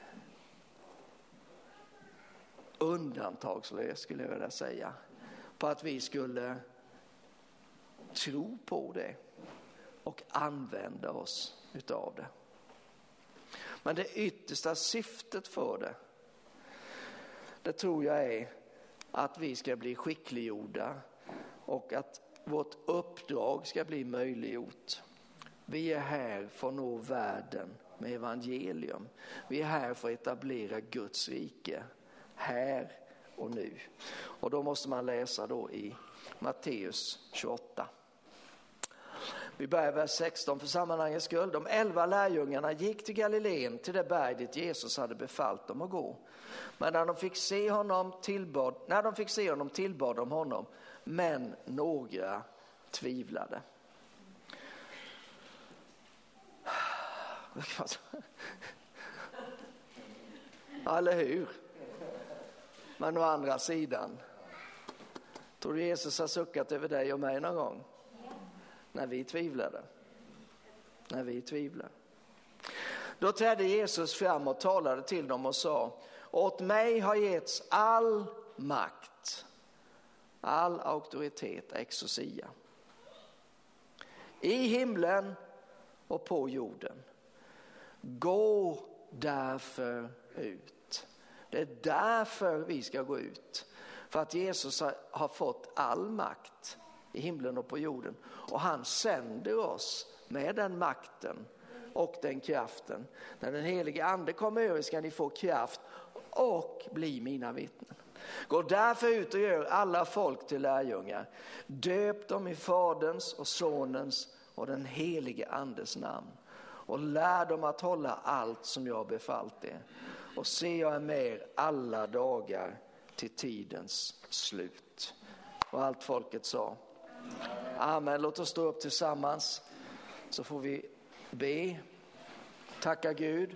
[SPEAKER 1] undantagslöst, skulle jag vilja säga, på att vi skulle tro på det och använda oss utav det. Men det yttersta syftet för det tror jag är att vi ska bli skickliggjorda och att vårt uppdrag ska bli möjliggjort. Vi är här för att nå världen med evangelium. Vi är här för att etablera Guds rike här och nu. Och då måste man läsa då i Matteus 28. Vi börjar vers 16 för sammanhangets skull. De 11 lärjungarna gick till Galileen, till det berg dit Jesus hade befallt dem att gå. Men när de fick se honom tillbad de honom, men några tvivlade. Eller hur? Men å andra sidan, tror du Jesus har suckat över dig och mig någon gång? När vi tvivlar. Då trädde Jesus fram och talade till dem och sa: åt mig har getts all makt, all auktoritet, exousia, i himlen och på jorden. Gå därför ut. Det är därför vi ska gå ut. För att Jesus har fått all makt i himlen och på jorden. Och han sänder oss med den makten och den kraften. När den helige ande kommer över ska ni få kraft och bli mina vittnen. Gå därför ut och gör alla folk till lärjungar. Döp dem i Faderns och Sonens och den helige andes namn. Och lär dem att hålla allt som jag har befallt er. Och se, jag är med er alla dagar till tidens slut. Och allt folket sa: amen. Låt oss stå upp tillsammans så får vi be. Tacka Gud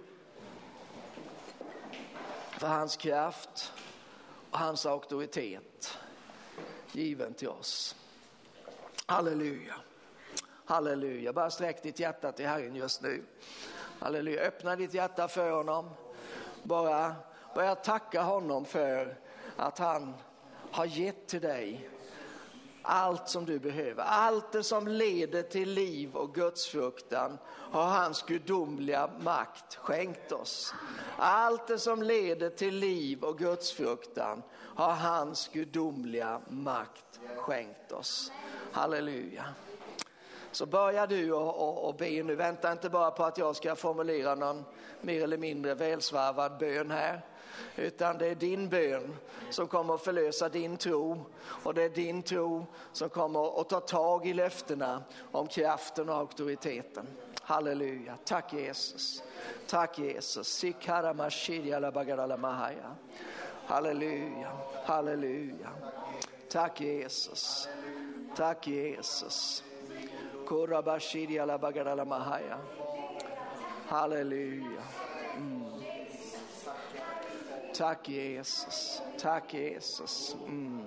[SPEAKER 1] för hans kraft och hans auktoritet given till oss. Halleluja. Halleluja. Bara sträck ditt hjärta till Herren just nu. Halleluja. Öppna ditt hjärta för honom. Bara börja tacka honom för att han har gett till dig allt som du behöver. Allt det som leder till liv och gudsfruktan har hans gudomliga makt skänkt oss. Allt det som leder till liv och gudsfruktan har hans gudomliga makt skänkt oss. Halleluja. Så börjar du och be nu. Vänta inte bara på att jag ska formulera någon mer eller mindre välsvarvad bön här. Utan det är din bön som kommer att förlösa din tro. Och det är din tro som kommer att ta tag i löftena om kraften och auktoriteten. Halleluja. Tack Jesus. Tack Jesus. Halleluja. Halleluja. Tack Jesus. Tack Jesus. Halleluja. Tack Jesus. Tack Jesus.